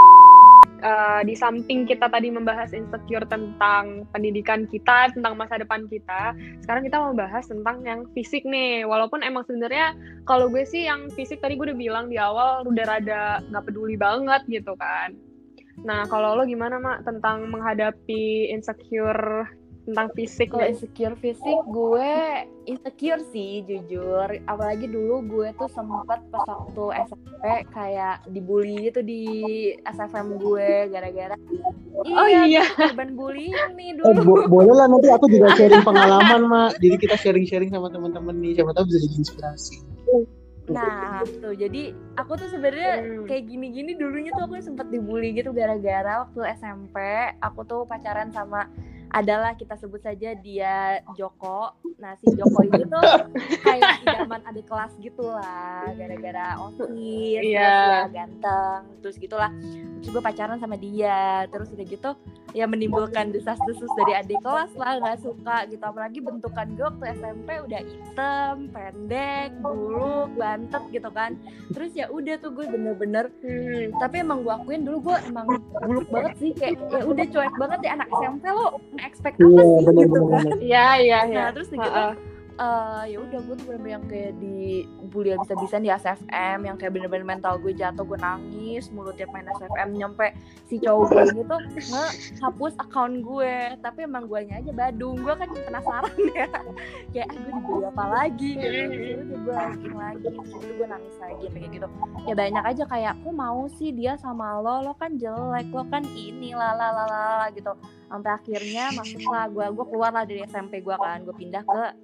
Di samping kita tadi membahas insecure tentang pendidikan kita, tentang masa depan kita, sekarang kita mau bahas tentang yang fisik nih. Walaupun emang sebenarnya kalau gue sih yang fisik tadi gue udah bilang di awal udah rada nggak peduli banget gitu kan. Nah kalau lo gimana Mak tentang menghadapi insecure tentang fisik? Kalau insecure fisik, gue insecure sih jujur. Apalagi dulu gue tuh sempat pas waktu SMP kayak dibully gitu di SFM gue gara-gara korban bullying nih dulu. Boleh lah, nanti aku juga sharing pengalaman Mak. Jadi kita sharing sama teman-teman nih, siapa tahu bisa jadi inspirasi. Nah tuh, jadi aku tuh sebenarnya kayak gini-gini dulunya tuh aku sempat dibully gitu gara-gara waktu SMP aku tuh pacaran sama, adalah kita sebut saja dia Joko. Nah si Joko ini tuh kayak idaman adik kelas gitu lah, gara-gara OSIS, terus ya ganteng, terus gitulah. Terus gue pacaran sama dia, terus udah gitu ya menimbulkan desas-desus dari adik kelas lah, nggak suka gitu. Apalagi bentukan gue waktu SMP udah hitam, pendek, buluk, bantet gitu kan. Terus ya udah tuh gue bener-bener tapi emang gue akuin dulu gue emang buluk banget sih, kayak ya udah cuek banget ya anak SMP lo expect apa sih gitu kan. Iya. Nah terus gitu ya udah gue tuh bener-bener yang kayak dibully habis-habisan di SFM, yang kayak bener-bener mental gue jatuh, gue nangis mulu tiap main SFM, nyampe si cowok gue ini tuh ngehapus akun gue. Tapi emang guanya aja badung, gue kan penasaran ya kayak gue dibully apa lagi gitu. Udah gue lagi terus gue nangis lagi kayak gitu. Ya banyak aja kayak aku mau sih dia sama lo kan jelek, lo kan ini lala gitu. Sampai akhirnya masuklah gue keluar lah dari SMP gue kan, gue pindah ke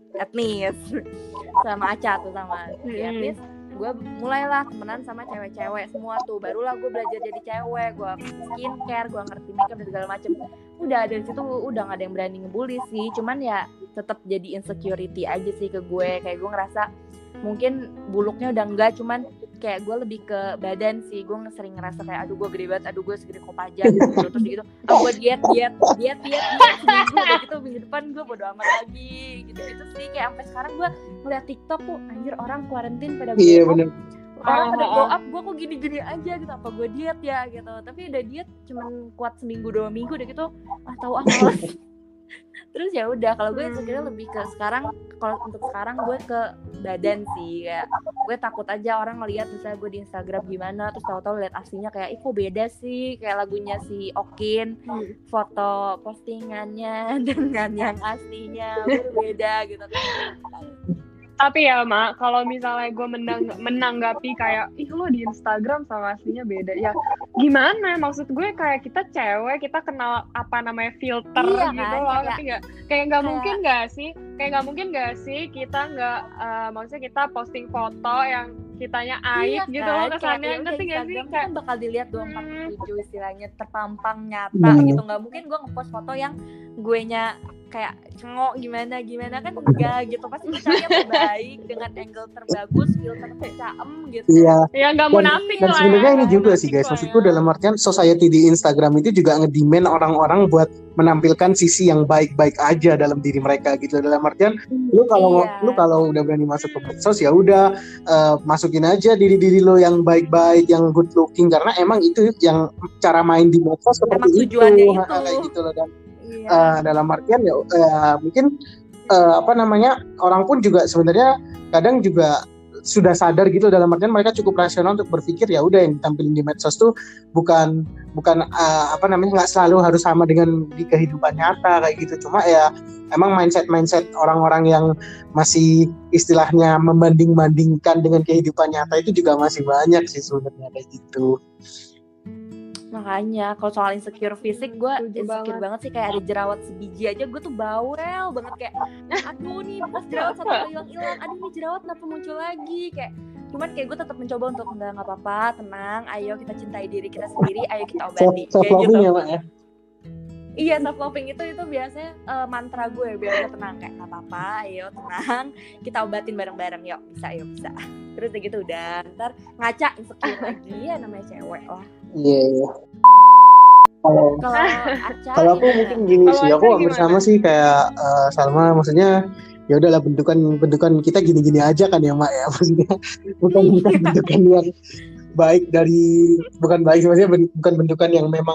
etnis sama Aca tuh sama si etnis. Gue mulailah temenan sama cewek-cewek semua tuh, barulah gue belajar jadi cewek, gue skincare, gue ngerti makeup dan segala macem. Udah dari situ udah gak ada yang berani ngebully sih, cuman ya tetap jadi insecurity aja sih ke gue, kayak gue ngerasa mungkin buluknya udah enggak, cuman kayak gue lebih ke badan sih, gue sering ngerasa kayak aduh gue gede banget, aduh gue segede Kopaja gitu, terus gitu, gue diet seminggu, udah gitu minggu depan gue bodo amat lagi gitu sih. Kayak sampai sekarang gue ngeliat TikTok tuh anjir orang kuarantin pada orang pada glow up, gue kok gini-gini aja gitu, apa gue diet ya gitu, tapi udah diet cuman kuat seminggu 2 minggu udah gitu malas. Terus ya udah, kalau gue sebenarnya lebih ke sekarang, kalau untuk sekarang gue ke badan sih, kayak gue takut aja orang ngeliat misalnya gue di Instagram gimana, terus tahu-tahu lihat aslinya kayak kok beda sih, kayak lagunya si Okin, foto postingannya dengan yang aslinya berbeda gitu kan. Tapi ya Mak, kalau misalnya gue menanggapi kayak ih lo di Instagram sama aslinya beda, ya gimana? Maksud gue kayak kita cewek, kita kenal apa namanya filter gitu kan, loh, ngerti nggak? Kayak nggak mungkin nggak sih kita nggak, maksudnya kita posting foto yang kitanya aib gitu loh kesannya, ngerti nggak sih? Kayak kan bakal dilihat 24/7 istilahnya, terpampang nyata gitu, nggak mungkin gue ngepost foto yang gue nya kayak cengok gimana kan enggak gitu, pasti misalnya baik dengan angle terbagus, filter tercaem gitu. Iya. Ya nggak munafik dan lah. Sebenarnya ini juga sih guys, maksudku dalam artian society di Instagram itu juga ngedemand orang-orang buat menampilkan sisi yang baik-baik aja dalam diri mereka gitu. Dalam artian lu kalau udah berani masuk ke medsos ya udah masukin aja diri lo yang baik-baik, yang good looking, karena emang itu yang cara main di medsos seperti itu. Kayak gitu loh. Dan dalam artian ya mungkin orang pun juga sebenarnya kadang juga sudah sadar gitu, dalam artian mereka cukup rasional untuk berpikir ya udah yang ditampilin di medsos tuh bukan nggak selalu harus sama dengan di kehidupan nyata kayak gitu. Cuma ya emang mindset orang-orang yang masih istilahnya membanding-bandingkan dengan kehidupan nyata itu juga masih banyak sih sebenarnya kayak gitu. Makanya kalau soal insecure fisik, gue insecure banget sih, kayak ada jerawat sebiji aja gue tuh bawel banget, kayak aduh nih bekas jerawat satu kali hilang, aduh nih jerawat kenapa muncul lagi, kayak cuman kayak gue tetap mencoba untuk nggak apa-apa, tenang, ayo kita cintai diri kita sendiri, ayo kita obati kayak gitu ya, Mak, ya? Iya, self loving itu biasanya mantra gue biar gue tenang, kayak nggak apa-apa, ayo tenang, kita obatin bareng-bareng, yuk bisa. Terus gitu udah, ntar ngaca insecure lagi ya, namanya cewek lah. Iya. Kalau aku mungkin gini sih, aku hampir sama sih kayak Salma, maksudnya ya udahlah bentukan kita gini-gini aja kan ya Mak ya, maksudnya bukan bentukan yang baik bukan bentukan yang memang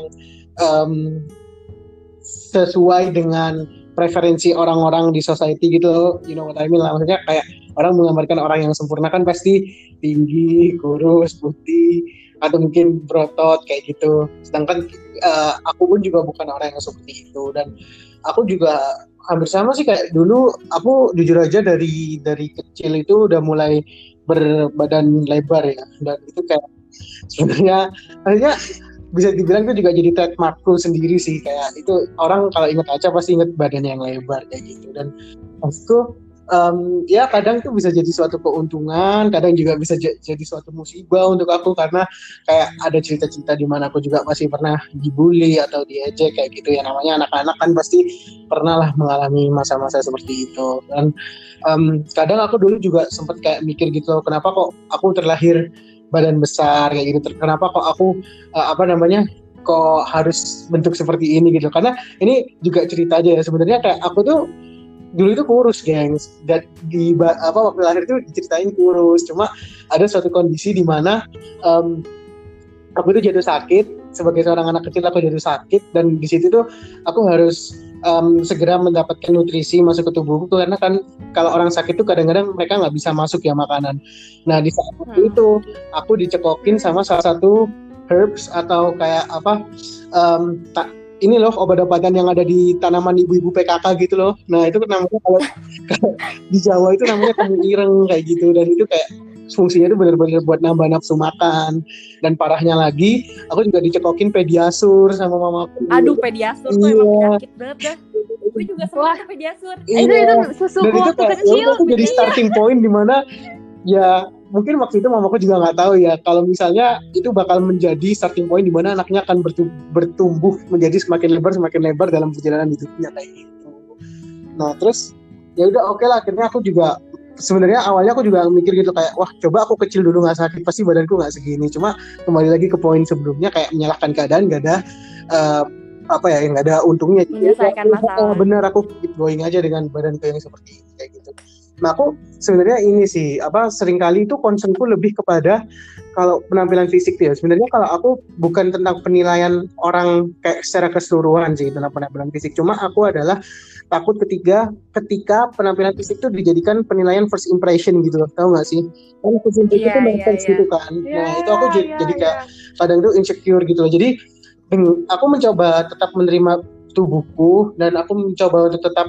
sesuai dengan preferensi orang-orang di society gitu, you know what I mean lah. Maksudnya kayak orang menggambarkan orang yang sempurna kan pasti tinggi, kurus, putih, atau mungkin berotot kayak gitu. Sedangkan aku pun juga bukan orang yang seperti itu, dan aku juga hampir sama sih kayak dulu. Aku jujur aja dari kecil itu udah mulai berbadan lebar ya, dan itu kayak sebenarnya bisa dibilang itu juga jadi trademarkku sendiri sih, kayak itu orang kalau ingat Aca pasti ingat badannya yang lebar kayak gitu. Dan maksudku ya kadang itu bisa jadi suatu keuntungan, kadang juga bisa jadi suatu musibah untuk aku, karena kayak ada cerita-cerita di mana aku juga masih pernah dibully atau diejek kayak gitu ya, namanya anak-anak kan pasti pernah lah mengalami masa-masa seperti itu. Dan kadang aku dulu juga sempat kayak mikir gitu, kenapa kok aku terlahir badan besar kayak gitu, kenapa kok aku kok harus bentuk seperti ini gitu. Karena ini juga cerita aja ya, sebenarnya kayak aku tuh dulu itu kurus gengs, dan waktu lahir itu diceritain kurus, cuma ada suatu kondisi di mana aku tuh jatuh sakit. Sebagai seorang anak kecil aku jatuh sakit, dan di situ tuh aku harus segera mendapatkan nutrisi masuk ke tubuhku, karena kan kalau orang sakit tuh kadang-kadang mereka nggak bisa masuk ya makanan. Nah di saat itu aku dicekokin sama salah satu herbs atau kayak ini loh obat-obatan yang ada di tanaman ibu-ibu PKK gitu loh. Nah itu namanya kalau di Jawa itu namanya temu ireng kayak gitu, dan itu kayak fungsinya itu benar-benar buat nambah nafsu makan. Dan parahnya lagi aku juga dicekokin pediasur sama mamaku. Aduh, pediasur tuh emang penyakit banget dah. gue juga sempat sampai jasur. Itu susu waktu kecil. Itu jadi starting point di mana ya mungkin waktu itu mamaku juga nggak tahu ya kalau misalnya itu bakal menjadi starting point di mana anaknya akan bertumbuh menjadi semakin lebar dalam perjalanan hidupnya kayak gitu. Nah terus ya udah oke lah, akhirnya aku juga sebenarnya awalnya aku juga mikir gitu kayak wah coba aku kecil dulu nggak sakit pasti badanku nggak segini. Cuma kembali lagi ke poin sebelumnya kayak menyalahkan keadaan nggak ada nggak ada untungnya. Menyelesaikan masalah. Bener aku keep going aja dengan badanku yang seperti ini kayak gitu. Nah aku sebenarnya ini sih seringkali itu concernku lebih kepada kalau penampilan fisik ya. Sebenarnya kalau aku bukan tentang penilaian orang kayak secara keseluruhan sih tentang penampilan fisik. Cuma aku adalah takut ketika penampilan fisik itu dijadikan penilaian first impression gitu loh, tahu nggak sih? Kan first impression itu matters gitu kan. Nah itu aku jadi kayak kadang tuh insecure gitu loh. Jadi aku mencoba tetap menerima tubuhku dan aku mencoba untuk tetap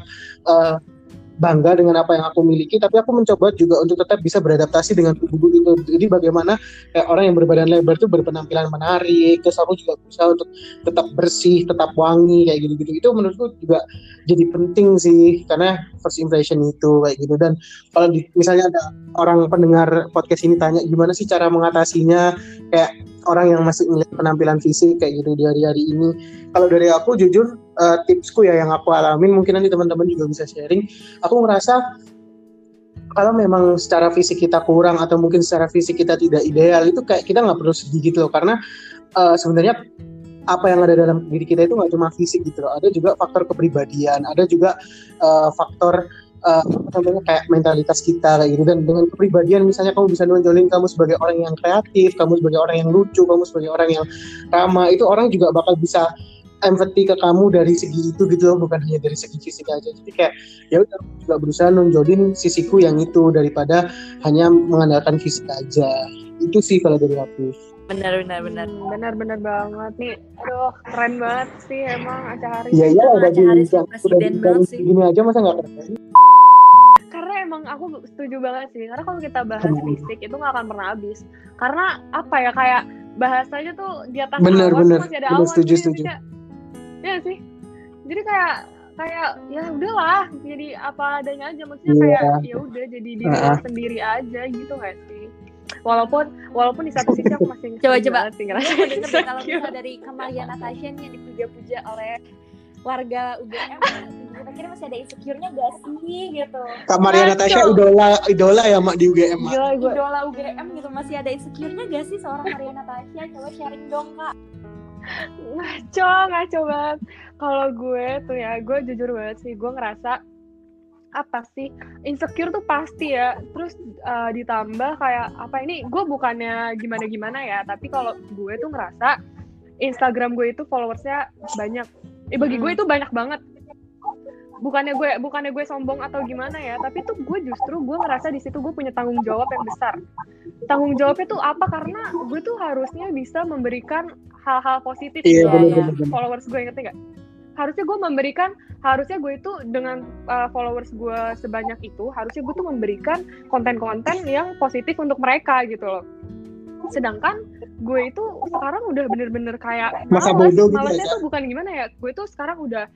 bangga dengan apa yang aku miliki, tapi aku mencoba juga untuk tetap bisa beradaptasi dengan tubuh itu. Jadi bagaimana kayak orang yang berbadan lebar tuh berpenampilan menarik, terus aku juga berusaha untuk tetap bersih, tetap wangi kayak gitu-gitu. Itu menurutku juga jadi penting sih, karena first impression itu kayak gitu. Dan kalau misalnya ada orang pendengar podcast ini tanya gimana sih cara mengatasinya kayak orang yang masih melihat penampilan fisik kayak gitu di hari-hari ini. Kalau dari aku jujur tipsku ya yang aku alamin, mungkin nanti teman-teman juga bisa sharing. Aku ngerasa kalau memang secara fisik kita kurang atau mungkin secara fisik kita tidak ideal, itu kayak kita nggak perlu sedih gitu loh, karena sebenarnya apa yang ada dalam diri kita itu nggak cuma fisik gitu loh, ada juga faktor kepribadian, ada juga faktor kayak mentalitas kita kayak gitu. Dan dengan kepribadian misalnya kamu bisa nonjolin kamu sebagai orang yang kreatif, kamu sebagai orang yang lucu, kamu sebagai orang yang ramah, itu orang juga bakal bisa empati ke kamu dari segi itu gitu loh, bukan hanya dari segi fisik aja. Jadi kayak ya udah juga berusaha nonjolin sisiku yang itu daripada hanya mengandalkan fisik aja. Itu sih kalau dari aku. Benar banget nih. Aduh, keren banget sih emang Acha Haris. Iya, udah presiden banget sih. Gini aja masa nggak keren? Karena emang aku setuju banget sih. Karena kalau kita bahas fisik itu nggak akan pernah habis. Karena apa ya, kayak bahasanya tuh di atas awan masih ada awan. Setuju. Iya sih. Jadi kayak ya udahlah, jadi apa adanya aja, maksudnya kayak ya udah jadi diri sendiri aja gitu nggak sih? Walaupun di satu sisi aku masih coba dengar kalau misalnya dari Kamaria Natasha nih yang dipuja-puja oleh warga UGM, kira-kira masih ada insecure-nya gak sih gitu? Kamaria Natasha idola ya mak di UGM. Idola UGM gitu, masih ada insecure-nya gak sih seorang Kamaria Natasha? Coba sharing dong kak. Ngaco banget. Kalau gue tuh ya, gue jujur banget sih, gue ngerasa apa sih, insecure tuh pasti ya. Terus ditambah kayak apa, ini gue bukannya gimana-gimana ya, tapi kalau gue tuh ngerasa Instagram gue itu followersnya banyak. Bagi gue itu banyak banget. Bukannya gue sombong atau gimana ya, tapi tuh gue ngerasa di situ gue punya tanggung jawab yang besar. Tanggung jawabnya tuh apa? Karena gue tuh harusnya bisa memberikan hal-hal positif followers gue, ngerti gak? Harusnya gue itu dengan followers gue sebanyak itu, harusnya gue tuh memberikan konten-konten yang positif untuk mereka gitu loh. Sedangkan gue itu sekarang udah bener-bener kayak malasnya tuh bukan gimana ya, gue tuh sekarang udah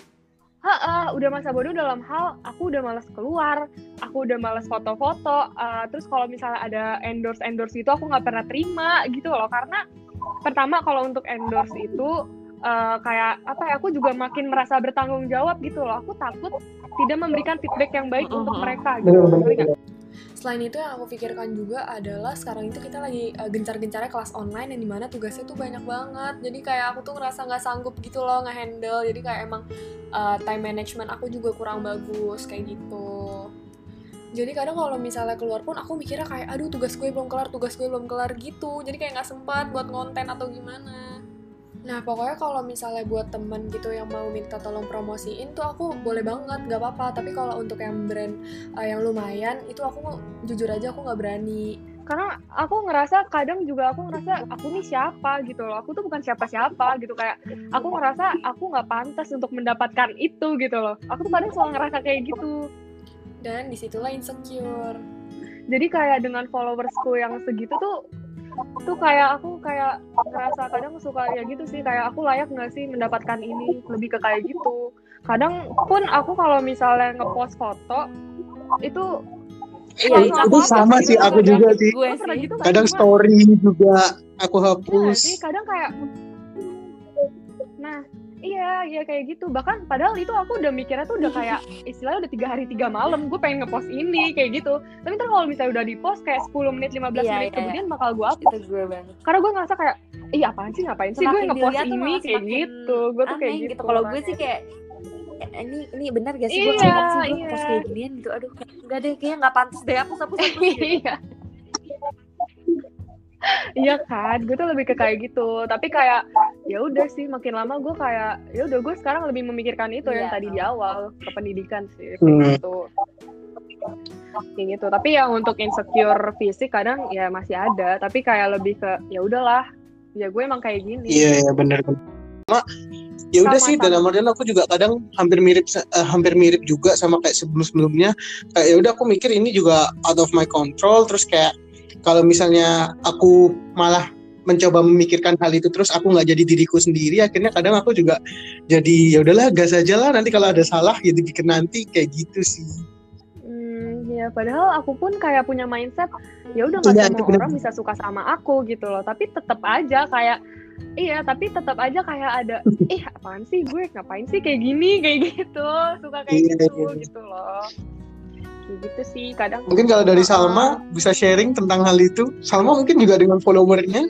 masa bodoh dalam hal aku udah malas keluar, aku udah malas foto-foto, terus kalau misalnya ada endorse itu aku nggak pernah terima gitu loh. Karena pertama kalau untuk endorse itu kayak apa ya, aku juga makin merasa bertanggung jawab gitu loh. Aku takut tidak memberikan feedback yang baik untuk mereka gitu. Selain itu yang aku pikirkan juga adalah sekarang itu kita lagi gencar-gencarnya kelas online yang dimana tugasnya tuh banyak banget. Jadi kayak aku tuh ngerasa nggak sanggup gitu loh nge-handle. Jadi kayak emang time management aku juga kurang bagus kayak gitu. Jadi kadang kalau misalnya keluar pun aku mikirnya kayak aduh tugas gue belum kelar gitu. Jadi kayak nggak sempat buat konten atau gimana. Nah pokoknya kalau misalnya buat temen gitu yang mau minta tolong promosiin tuh aku boleh banget, gak apa-apa. Tapi kalau untuk yang brand yang lumayan itu aku jujur aja aku gak berani. Karena aku ngerasa kadang juga aku nih siapa gitu loh. Aku tuh bukan siapa-siapa gitu, kayak aku ngerasa aku gak pantas untuk mendapatkan itu gitu loh. Aku tuh kadang selalu ngerasa kayak gitu. Dan disitulah insecure. Jadi kayak dengan followersku yang segitu tuh kayak aku kayak ngerasa kadang suka ya gitu sih, kayak aku layak nggak sih mendapatkan ini, lebih ke kayak gitu. kadang pun aku kalau misalnya ngepost foto itu itu sama sih aku juga sih. Gitu, kadang story juga aku hapus. Sih kadang kayak iya kayak gitu. Bahkan padahal itu aku udah mikirnya tuh udah kayak istilahnya udah 3 hari 3 malam gue pengen ngepost ini kayak gitu. Tapi ntar kalau misalnya udah dipost kayak 10 menit 15 menit kemudian bakal gue upload. Karena gue ngerasa kayak apaan sih ngapain sih gue ngepost ini kayak gitu. Gue tuh kayak gitu. Kalau gue sih kayak ini benar gak sih gue enak sih gue post kayak ginian gitu. Aduh enggak deh kayaknya nggak pantas deh aku gitu. Iya kan, gue tuh lebih ke kayak gitu. Tapi kayak ya udah sih makin lama gue kayak ya udah gue sekarang lebih memikirkan itu yang tadi di awal ke pendidikan sih kayak gitu. Tapi yang untuk insecure fisik kadang ya masih ada. Tapi kayak lebih ke ya udahlah, ya gue emang kayak gini. Iya benar. Ya udah sih dalam artian aku juga kadang hampir mirip juga sama kayak sebelumnya. Kayak ya udah aku mikir ini juga out of my control, terus kayak kalau misalnya aku malah mencoba memikirkan hal itu terus aku nggak jadi diriku sendiri, akhirnya kadang aku juga jadi ya udahlah gas aja lah, nanti kalau ada salah ya dibikin nanti kayak gitu sih. Ya padahal aku pun kayak punya mindset ya udah nggak semua orang bisa suka sama aku gitu loh, tapi tetap aja kayak ada apaan sih gue ngapain sih kayak gini kayak gitu, suka kayak gitu loh. Gitu sih kadang. Mungkin kalau dari Salma bisa sharing tentang hal itu. Salma mungkin juga dengan followernya.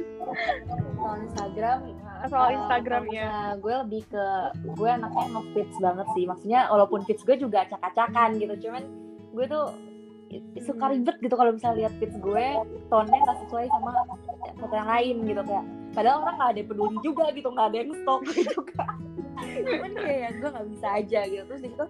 Soal Instagram ya. Gue lebih ke gue anaknya nge-feeds banget sih. Maksudnya walaupun feeds gue juga acak-acakan gitu. Cuman gue tuh suka ribet gitu kalau misalnya lihat feeds gue tone-nya nggak sesuai sama foto yang lain gitu kayak. Padahal orang nggak ada yang peduli juga gitu, nggak ada yang stok gitu kan. Cuman kayak gue nggak bisa aja gitu. Terus gitu.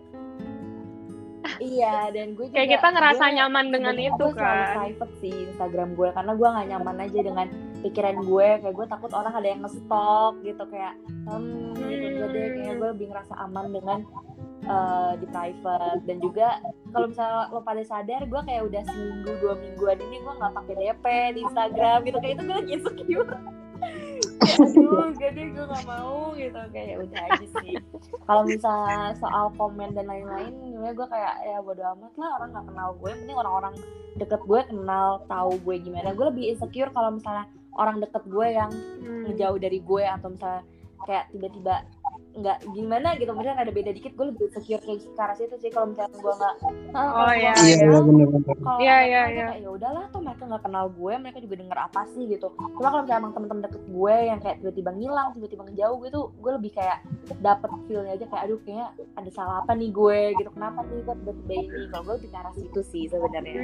Iya, dan gue juga kayak kita ngerasa nyaman dengan itu kan. Gue selalu private sih Instagram gue karena gue nggak nyaman aja dengan pikiran gue, kayak gue takut orang ada yang nge-stalk gitu kayak gitu deh, kayak gue lebih ngerasa aman dengan di private. Dan juga kalau misalnya lo pada sadar gue kayak udah seminggu 2 mingguan ini gue nggak pakai DP di Instagram gitu, kayak itu gue lagi insecure. Aduh, gak deh gue gak mau gitu, kayak udah aja sih. Kalau misalnya soal komen dan lain-lain, gue kayak ya bodo amat lah, orang gak kenal gue, mending orang-orang deket gue kenal, tahu gue gimana. Gue lebih insecure kalau misalnya orang deket gue yang ngejauh dari gue, atau misalnya kayak tiba-tiba nggak gimana gitu, misalnya ada beda dikit, gue lebih insecure kayak ke arah situ sih. Kalau misalnya gue nggak benar-benar ya udahlah, tuh mereka nggak kenal gue, mereka juga denger apa sih gitu. Cuma kalau misalnya emang temen-temen deket gue yang kayak tiba-tiba ngilang, tiba-tiba ngejauh, gue tuh gue lebih kayak dapet feelnya aja kayak aduh kayaknya ada salah apa nih gue gitu, kenapa nih gue tiba-tiba ini. Kalau gue lebih ke arah situ sih sebenarnya.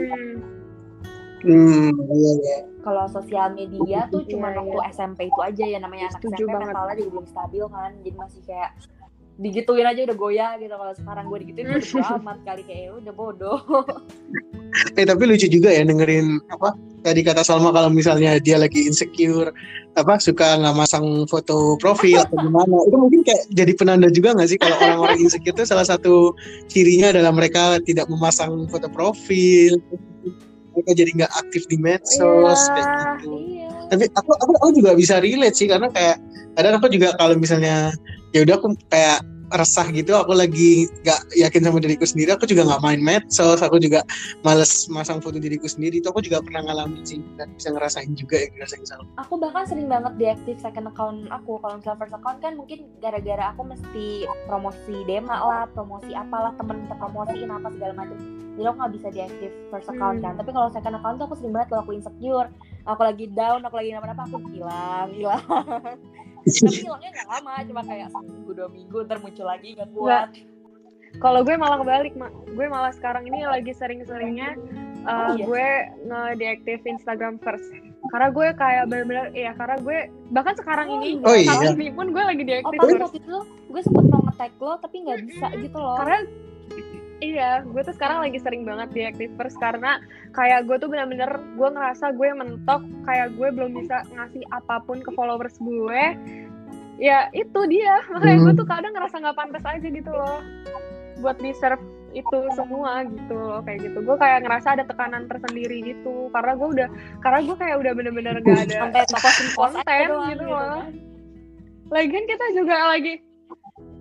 Kalau sosial media tuh cuma waktu SMP itu aja ya, namanya anak SMP mentalnya juga belum stabil kan, jadi masih kayak digituin aja udah goyah gitu. Kalau sekarang gue digituin udah amat kali, kayak udah bodoh. Tapi lucu juga ya dengerin apa tadi kata Salma, kalau misalnya dia lagi insecure suka nggak masang foto profil atau gimana, itu mungkin kayak jadi penanda juga nggak sih kalau orang-orang insecure itu salah satu cirinya adalah mereka tidak memasang foto profil, mereka jadi nggak aktif di medsos kayak gitu. Tapi aku juga bisa relate sih, karena kayak kadang aku juga kalau misalnya ya udah aku kayak resah gitu, aku lagi nggak yakin sama diriku sendiri, aku juga nggak main medsos, aku juga males masang foto diriku sendiri. Itu aku juga pernah ngalamin sih dan bisa ngerasain juga yang ngerasain sama. Aku bahkan sering banget deaktif second account aku. Kalau misalnya first account kan mungkin gara-gara aku mesti promosi Dema lah, promosi apalah, temen promosiin apa segala macam, jadi aku nggak bisa deaktif first account kan. Tapi kalau second account tuh aku sering banget, kalau aku insecure, aku lagi down, aku lagi apa-apa, aku hilang. Tapi hilangnya nggak lama, cuma kayak 1-2 minggu, ntar muncul lagi nggak kuat. Kalau gue malah kebalik, Mak. Gue malah sekarang ini lagi sering-seringnya gue nge-deactive Instagram first. Karena gue kayak bener-bener karena gue bahkan sekarang ini ini pun gue lagi deactive first. Waktu itu gue sempet mau nge-tag lo tapi nggak bisa gitu loh. Karena gue tuh sekarang lagi sering banget deactive first, karena kayak gue tuh benar-benar gue ngerasa gue mentok, kayak gue belum bisa ngasih apapun ke followers gue. Ya itu dia, makanya gue tuh kadang ngerasa nggak pantas aja gitu loh buat deserve itu semua gitu loh, kayak gitu. Gue kayak ngerasa ada tekanan tersendiri gitu, karena gue kayak udah bener-bener gak ada konten gitu loh. Lagian kita juga lagi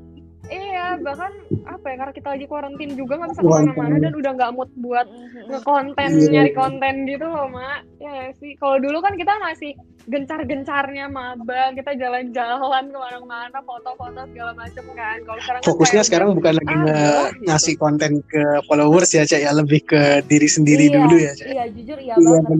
Iya, bahkan apa ya, karena kita lagi karantin juga nggak bisa kemana-mana dan udah nggak mood buat nge-konten, nyari konten gitu loh, Mak. Ya sih, kalau dulu kan kita masih gencar-gencarnya maba, kita jalan-jalan kemana-mana, foto-foto segala macam kan. Kalau sekarang fokusnya kan sekarang bukan lagi ngasih gitu. konten ke followers ya, Cak, ya, lebih ke diri sendiri dulu ya, Cak. Iya, jujur iya banget.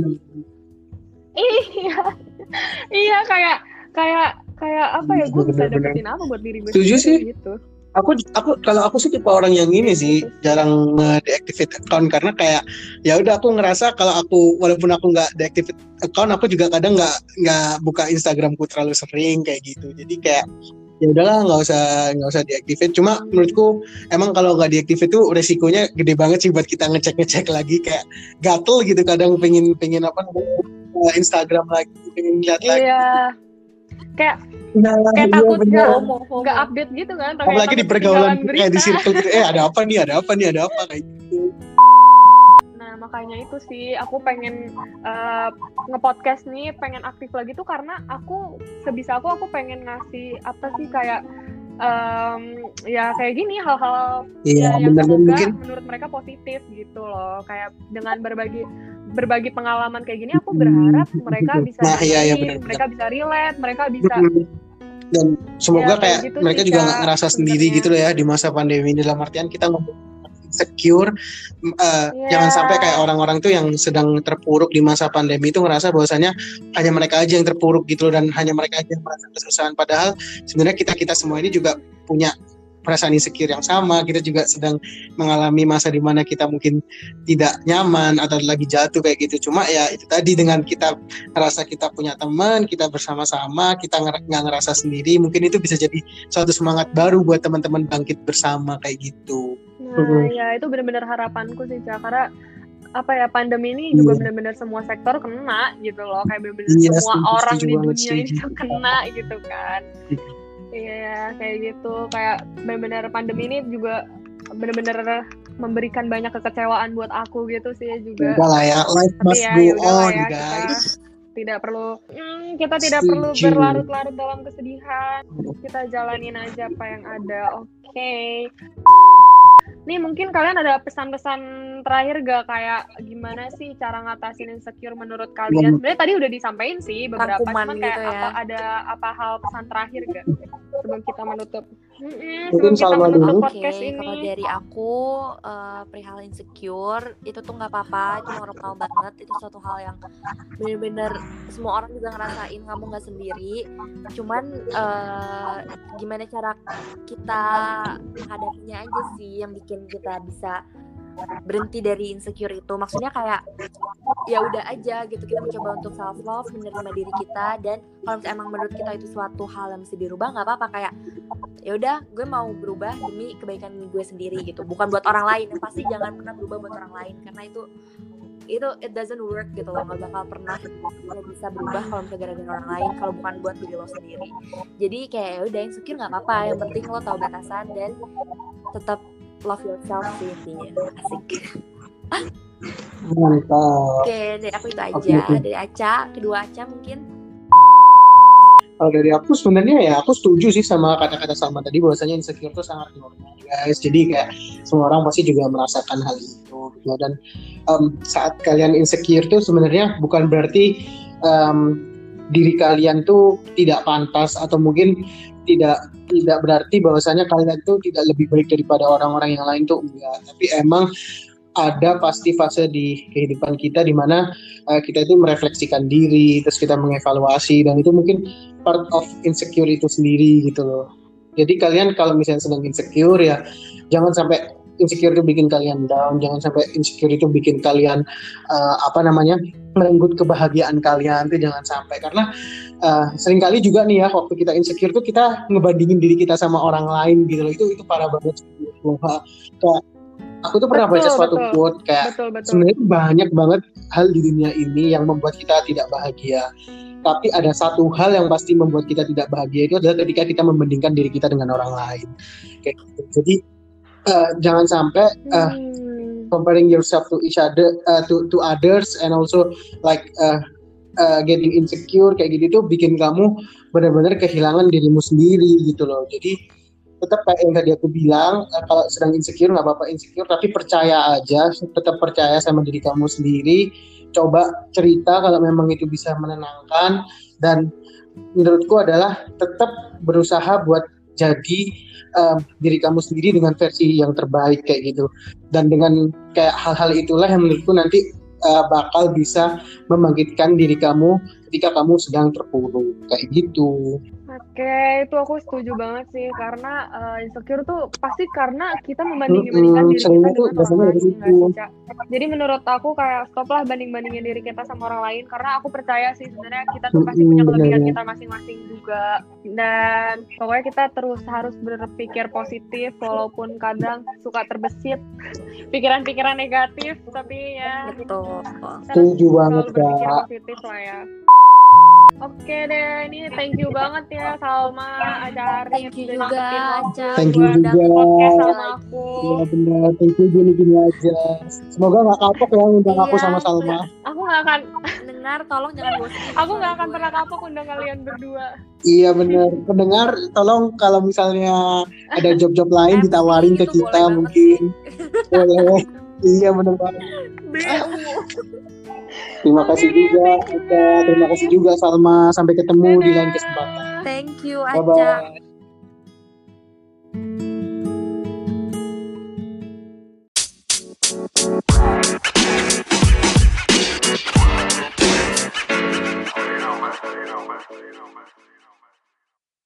Iya, kayak apa ya, gue bisa dapetin apa buat diri gue sendiri sih gitu. Aku kalau aku sih tipe orang yang ini sih, jarang nge-deactivate account, karena kayak ya udah, aku ngerasa kalau aku, walaupun aku nggak deactivate account, aku juga kadang nggak buka Instagramku terlalu sering kayak gitu. Jadi kayak ya udahlah, nggak usah deactivate. Cuma menurutku emang kalau nggak deactivate tuh resikonya gede banget sih buat kita ngecek lagi, kayak gatel gitu kadang, pengen apa Instagram lagi, pengen lihat lagi. Iya. Kayak takut nggak update gitu kan, apalagi di pergaulan kayak di circle gitu, ada apa nih kayak gitu. Nah makanya itu sih aku pengen nge-podcast nih, pengen aktif lagi tuh karena sebisa aku pengen ngasih apa sih, kayak ya kayak gini, hal-hal yang semoga mungkin menurut mereka positif gitu loh. Kayak dengan berbagi pengalaman kayak gini, aku berharap mereka bisa mereka bisa relate, mereka bisa, dan semoga kayak gitu mereka juga nggak ngerasa sendiri gitu loh ya di masa pandemi ini. Dalam artian kita ngomong insecure, jangan sampai kayak orang-orang tuh yang sedang terpuruk di masa pandemi itu ngerasa bahwasanya hanya mereka aja yang terpuruk gitu loh, dan hanya mereka aja yang merasa kesusahan. Padahal sebenarnya kita semua ini juga punya perasaan insecure yang sama. Kita juga sedang mengalami masa di mana kita mungkin tidak nyaman atau lagi jatuh kayak gitu. Cuma ya itu tadi, dengan kita ngerasa kita punya teman, kita bersama-sama, kita nggak ngerasa sendiri, mungkin itu bisa jadi suatu semangat baru buat teman-teman bangkit bersama kayak gitu. Nah ya itu benar-benar harapanku sih, Cak, karena apa ya, pandemi ini juga benar-benar semua sektor kena gitu loh, kayak benar-benar semua orang di dunia ini tuh kena gitu kan. Iya, kayak gitu. Kayak benar-benar pandemi ini juga benar-benar memberikan banyak kekecewaan buat aku gitu sih juga. Enggak lah ya, life must go on, guys. Kita tidak perlu berlarut-larut dalam kesedihan. Kita jalanin aja apa yang ada. Oke. Nih mungkin kalian ada pesan-pesan terakhir gak, kayak gimana sih cara ngatasin insecure menurut kalian? Sebenarnya tadi udah disampaikan sih beberapa, cuman kayak gitu ya. Ada hal pesan terakhir gak sebelum kita menutup? Sebelum kita menutup podcast ini. Kalau dari aku perihal insecure itu tuh nggak apa-apa, itu normal banget. Itu suatu hal yang benar-benar semua orang juga ngerasain, kamu nggak sendiri. Cuman gimana cara kita menghadapinya aja sih yang bikin kita bisa berhenti dari insecure itu. Maksudnya kayak ya udah aja gitu, kita mencoba untuk self love, menerima diri kita, dan kalau emang menurut kita itu suatu hal yang mesti dirubah, nggak apa-apa. Kayak ya udah, gue mau berubah demi kebaikan gue sendiri gitu, bukan buat orang lain. Yang pasti jangan pernah berubah buat orang lain, karena itu it doesn't work gitu loh. Nggak bakal pernah bisa berubah kalau misalnya gara-gara orang lain, kalau bukan buat diri lo sendiri. Jadi kayak ya udah, insecure nggak apa-apa, yang penting lo tahu batasan dan tetap love yourself sih intinya. Asik. Mantap. Oke, dari aku itu aja. Dari Aca, kedua Aca mungkin. Kalau dari aku sebenarnya ya aku setuju sih sama kata-kata Salma tadi, bahwasanya insecure itu sangat normal, guys. Jadi kayak semua orang pasti juga merasakan hal itu gitu. Dan saat kalian insecure tuh sebenarnya bukan berarti diri kalian tuh tidak pantas, atau mungkin tidak berarti bahwasanya kalian tuh tidak lebih baik daripada orang-orang yang lain, tuh enggak. Tapi emang ada pasti fase di kehidupan kita di mana kita itu merefleksikan diri, terus kita mengevaluasi, dan itu mungkin part of insecure itu sendiri gitu loh. Jadi kalian kalau misalnya sedang insecure, ya jangan sampai insecure itu bikin kalian down, jangan sampai insecure itu bikin kalian merenggut kebahagiaan kalian, itu jangan sampai. Karena seringkali juga nih ya, waktu kita insecure tuh kita ngebandingin diri kita sama orang lain gitu loh. Itu parah banget. Kayak aku tuh pernah baca suatu quote kayak sebenarnya banyak banget hal di dunia ini yang membuat kita tidak bahagia, tapi ada satu hal yang pasti membuat kita tidak bahagia, itu adalah ketika kita membandingkan diri kita dengan orang lain kayak gitu. Jadi jangan sampai comparing yourself to each other, to others, and also like getting insecure kayak gitu tuh bikin kamu benar-benar kehilangan dirimu sendiri gitu loh. Jadi tetap kayak yang tadi aku bilang, kalau sedang insecure nggak apa-apa insecure, tapi percaya aja, tetap percaya sama diri kamu sendiri. Coba cerita kalau memang itu bisa menenangkan, dan menurutku adalah tetap berusaha buat jadi diri kamu sendiri dengan versi yang terbaik kayak gitu. Dan dengan kayak hal-hal itulah yang menurutku nanti bakal bisa membangkitkan diri kamu ketika kamu sedang terpuruk kayak gitu. Oke, itu aku setuju banget sih, karena insecure tuh pasti karena kita membanding-bandingkan diri kita dengan orang lain, nggak sih, Cak? Jadi menurut aku kayak stoplah banding-bandingin diri kita sama orang lain, karena aku percaya sih sebenarnya kita tuh pasti punya kelebihan kita masing-masing juga. Dan pokoknya kita terus harus berpikir positif, walaupun kadang suka terbesit pikiran-pikiran negatif, tapi ya Betul. Setuju banget, selalu berpikir Kak. positif lah ya. Oke deh, ini thank you banget ya Salma, Acarif. Thank you juga, Aca. Thank you buat juga. podcast sama aku. Iya benar, thank you, gini-gini aja. Semoga nggak kapok ya undang aku Iya, sama Salma. Aku nggak akan, Dengar, tolong jangan bosan. aku nggak akan pernah kapok undang kalian berdua. Iya benar. Pendengar, tolong kalau misalnya ada job-job lain ditawarin ke itu kita boleh mungkin. Boleh. Iya benar banget. Terima kasih juga, Aca. Terima kasih juga Salma. Sampai ketemu di lain kesempatan. Thank you, Bye-bye. Aca.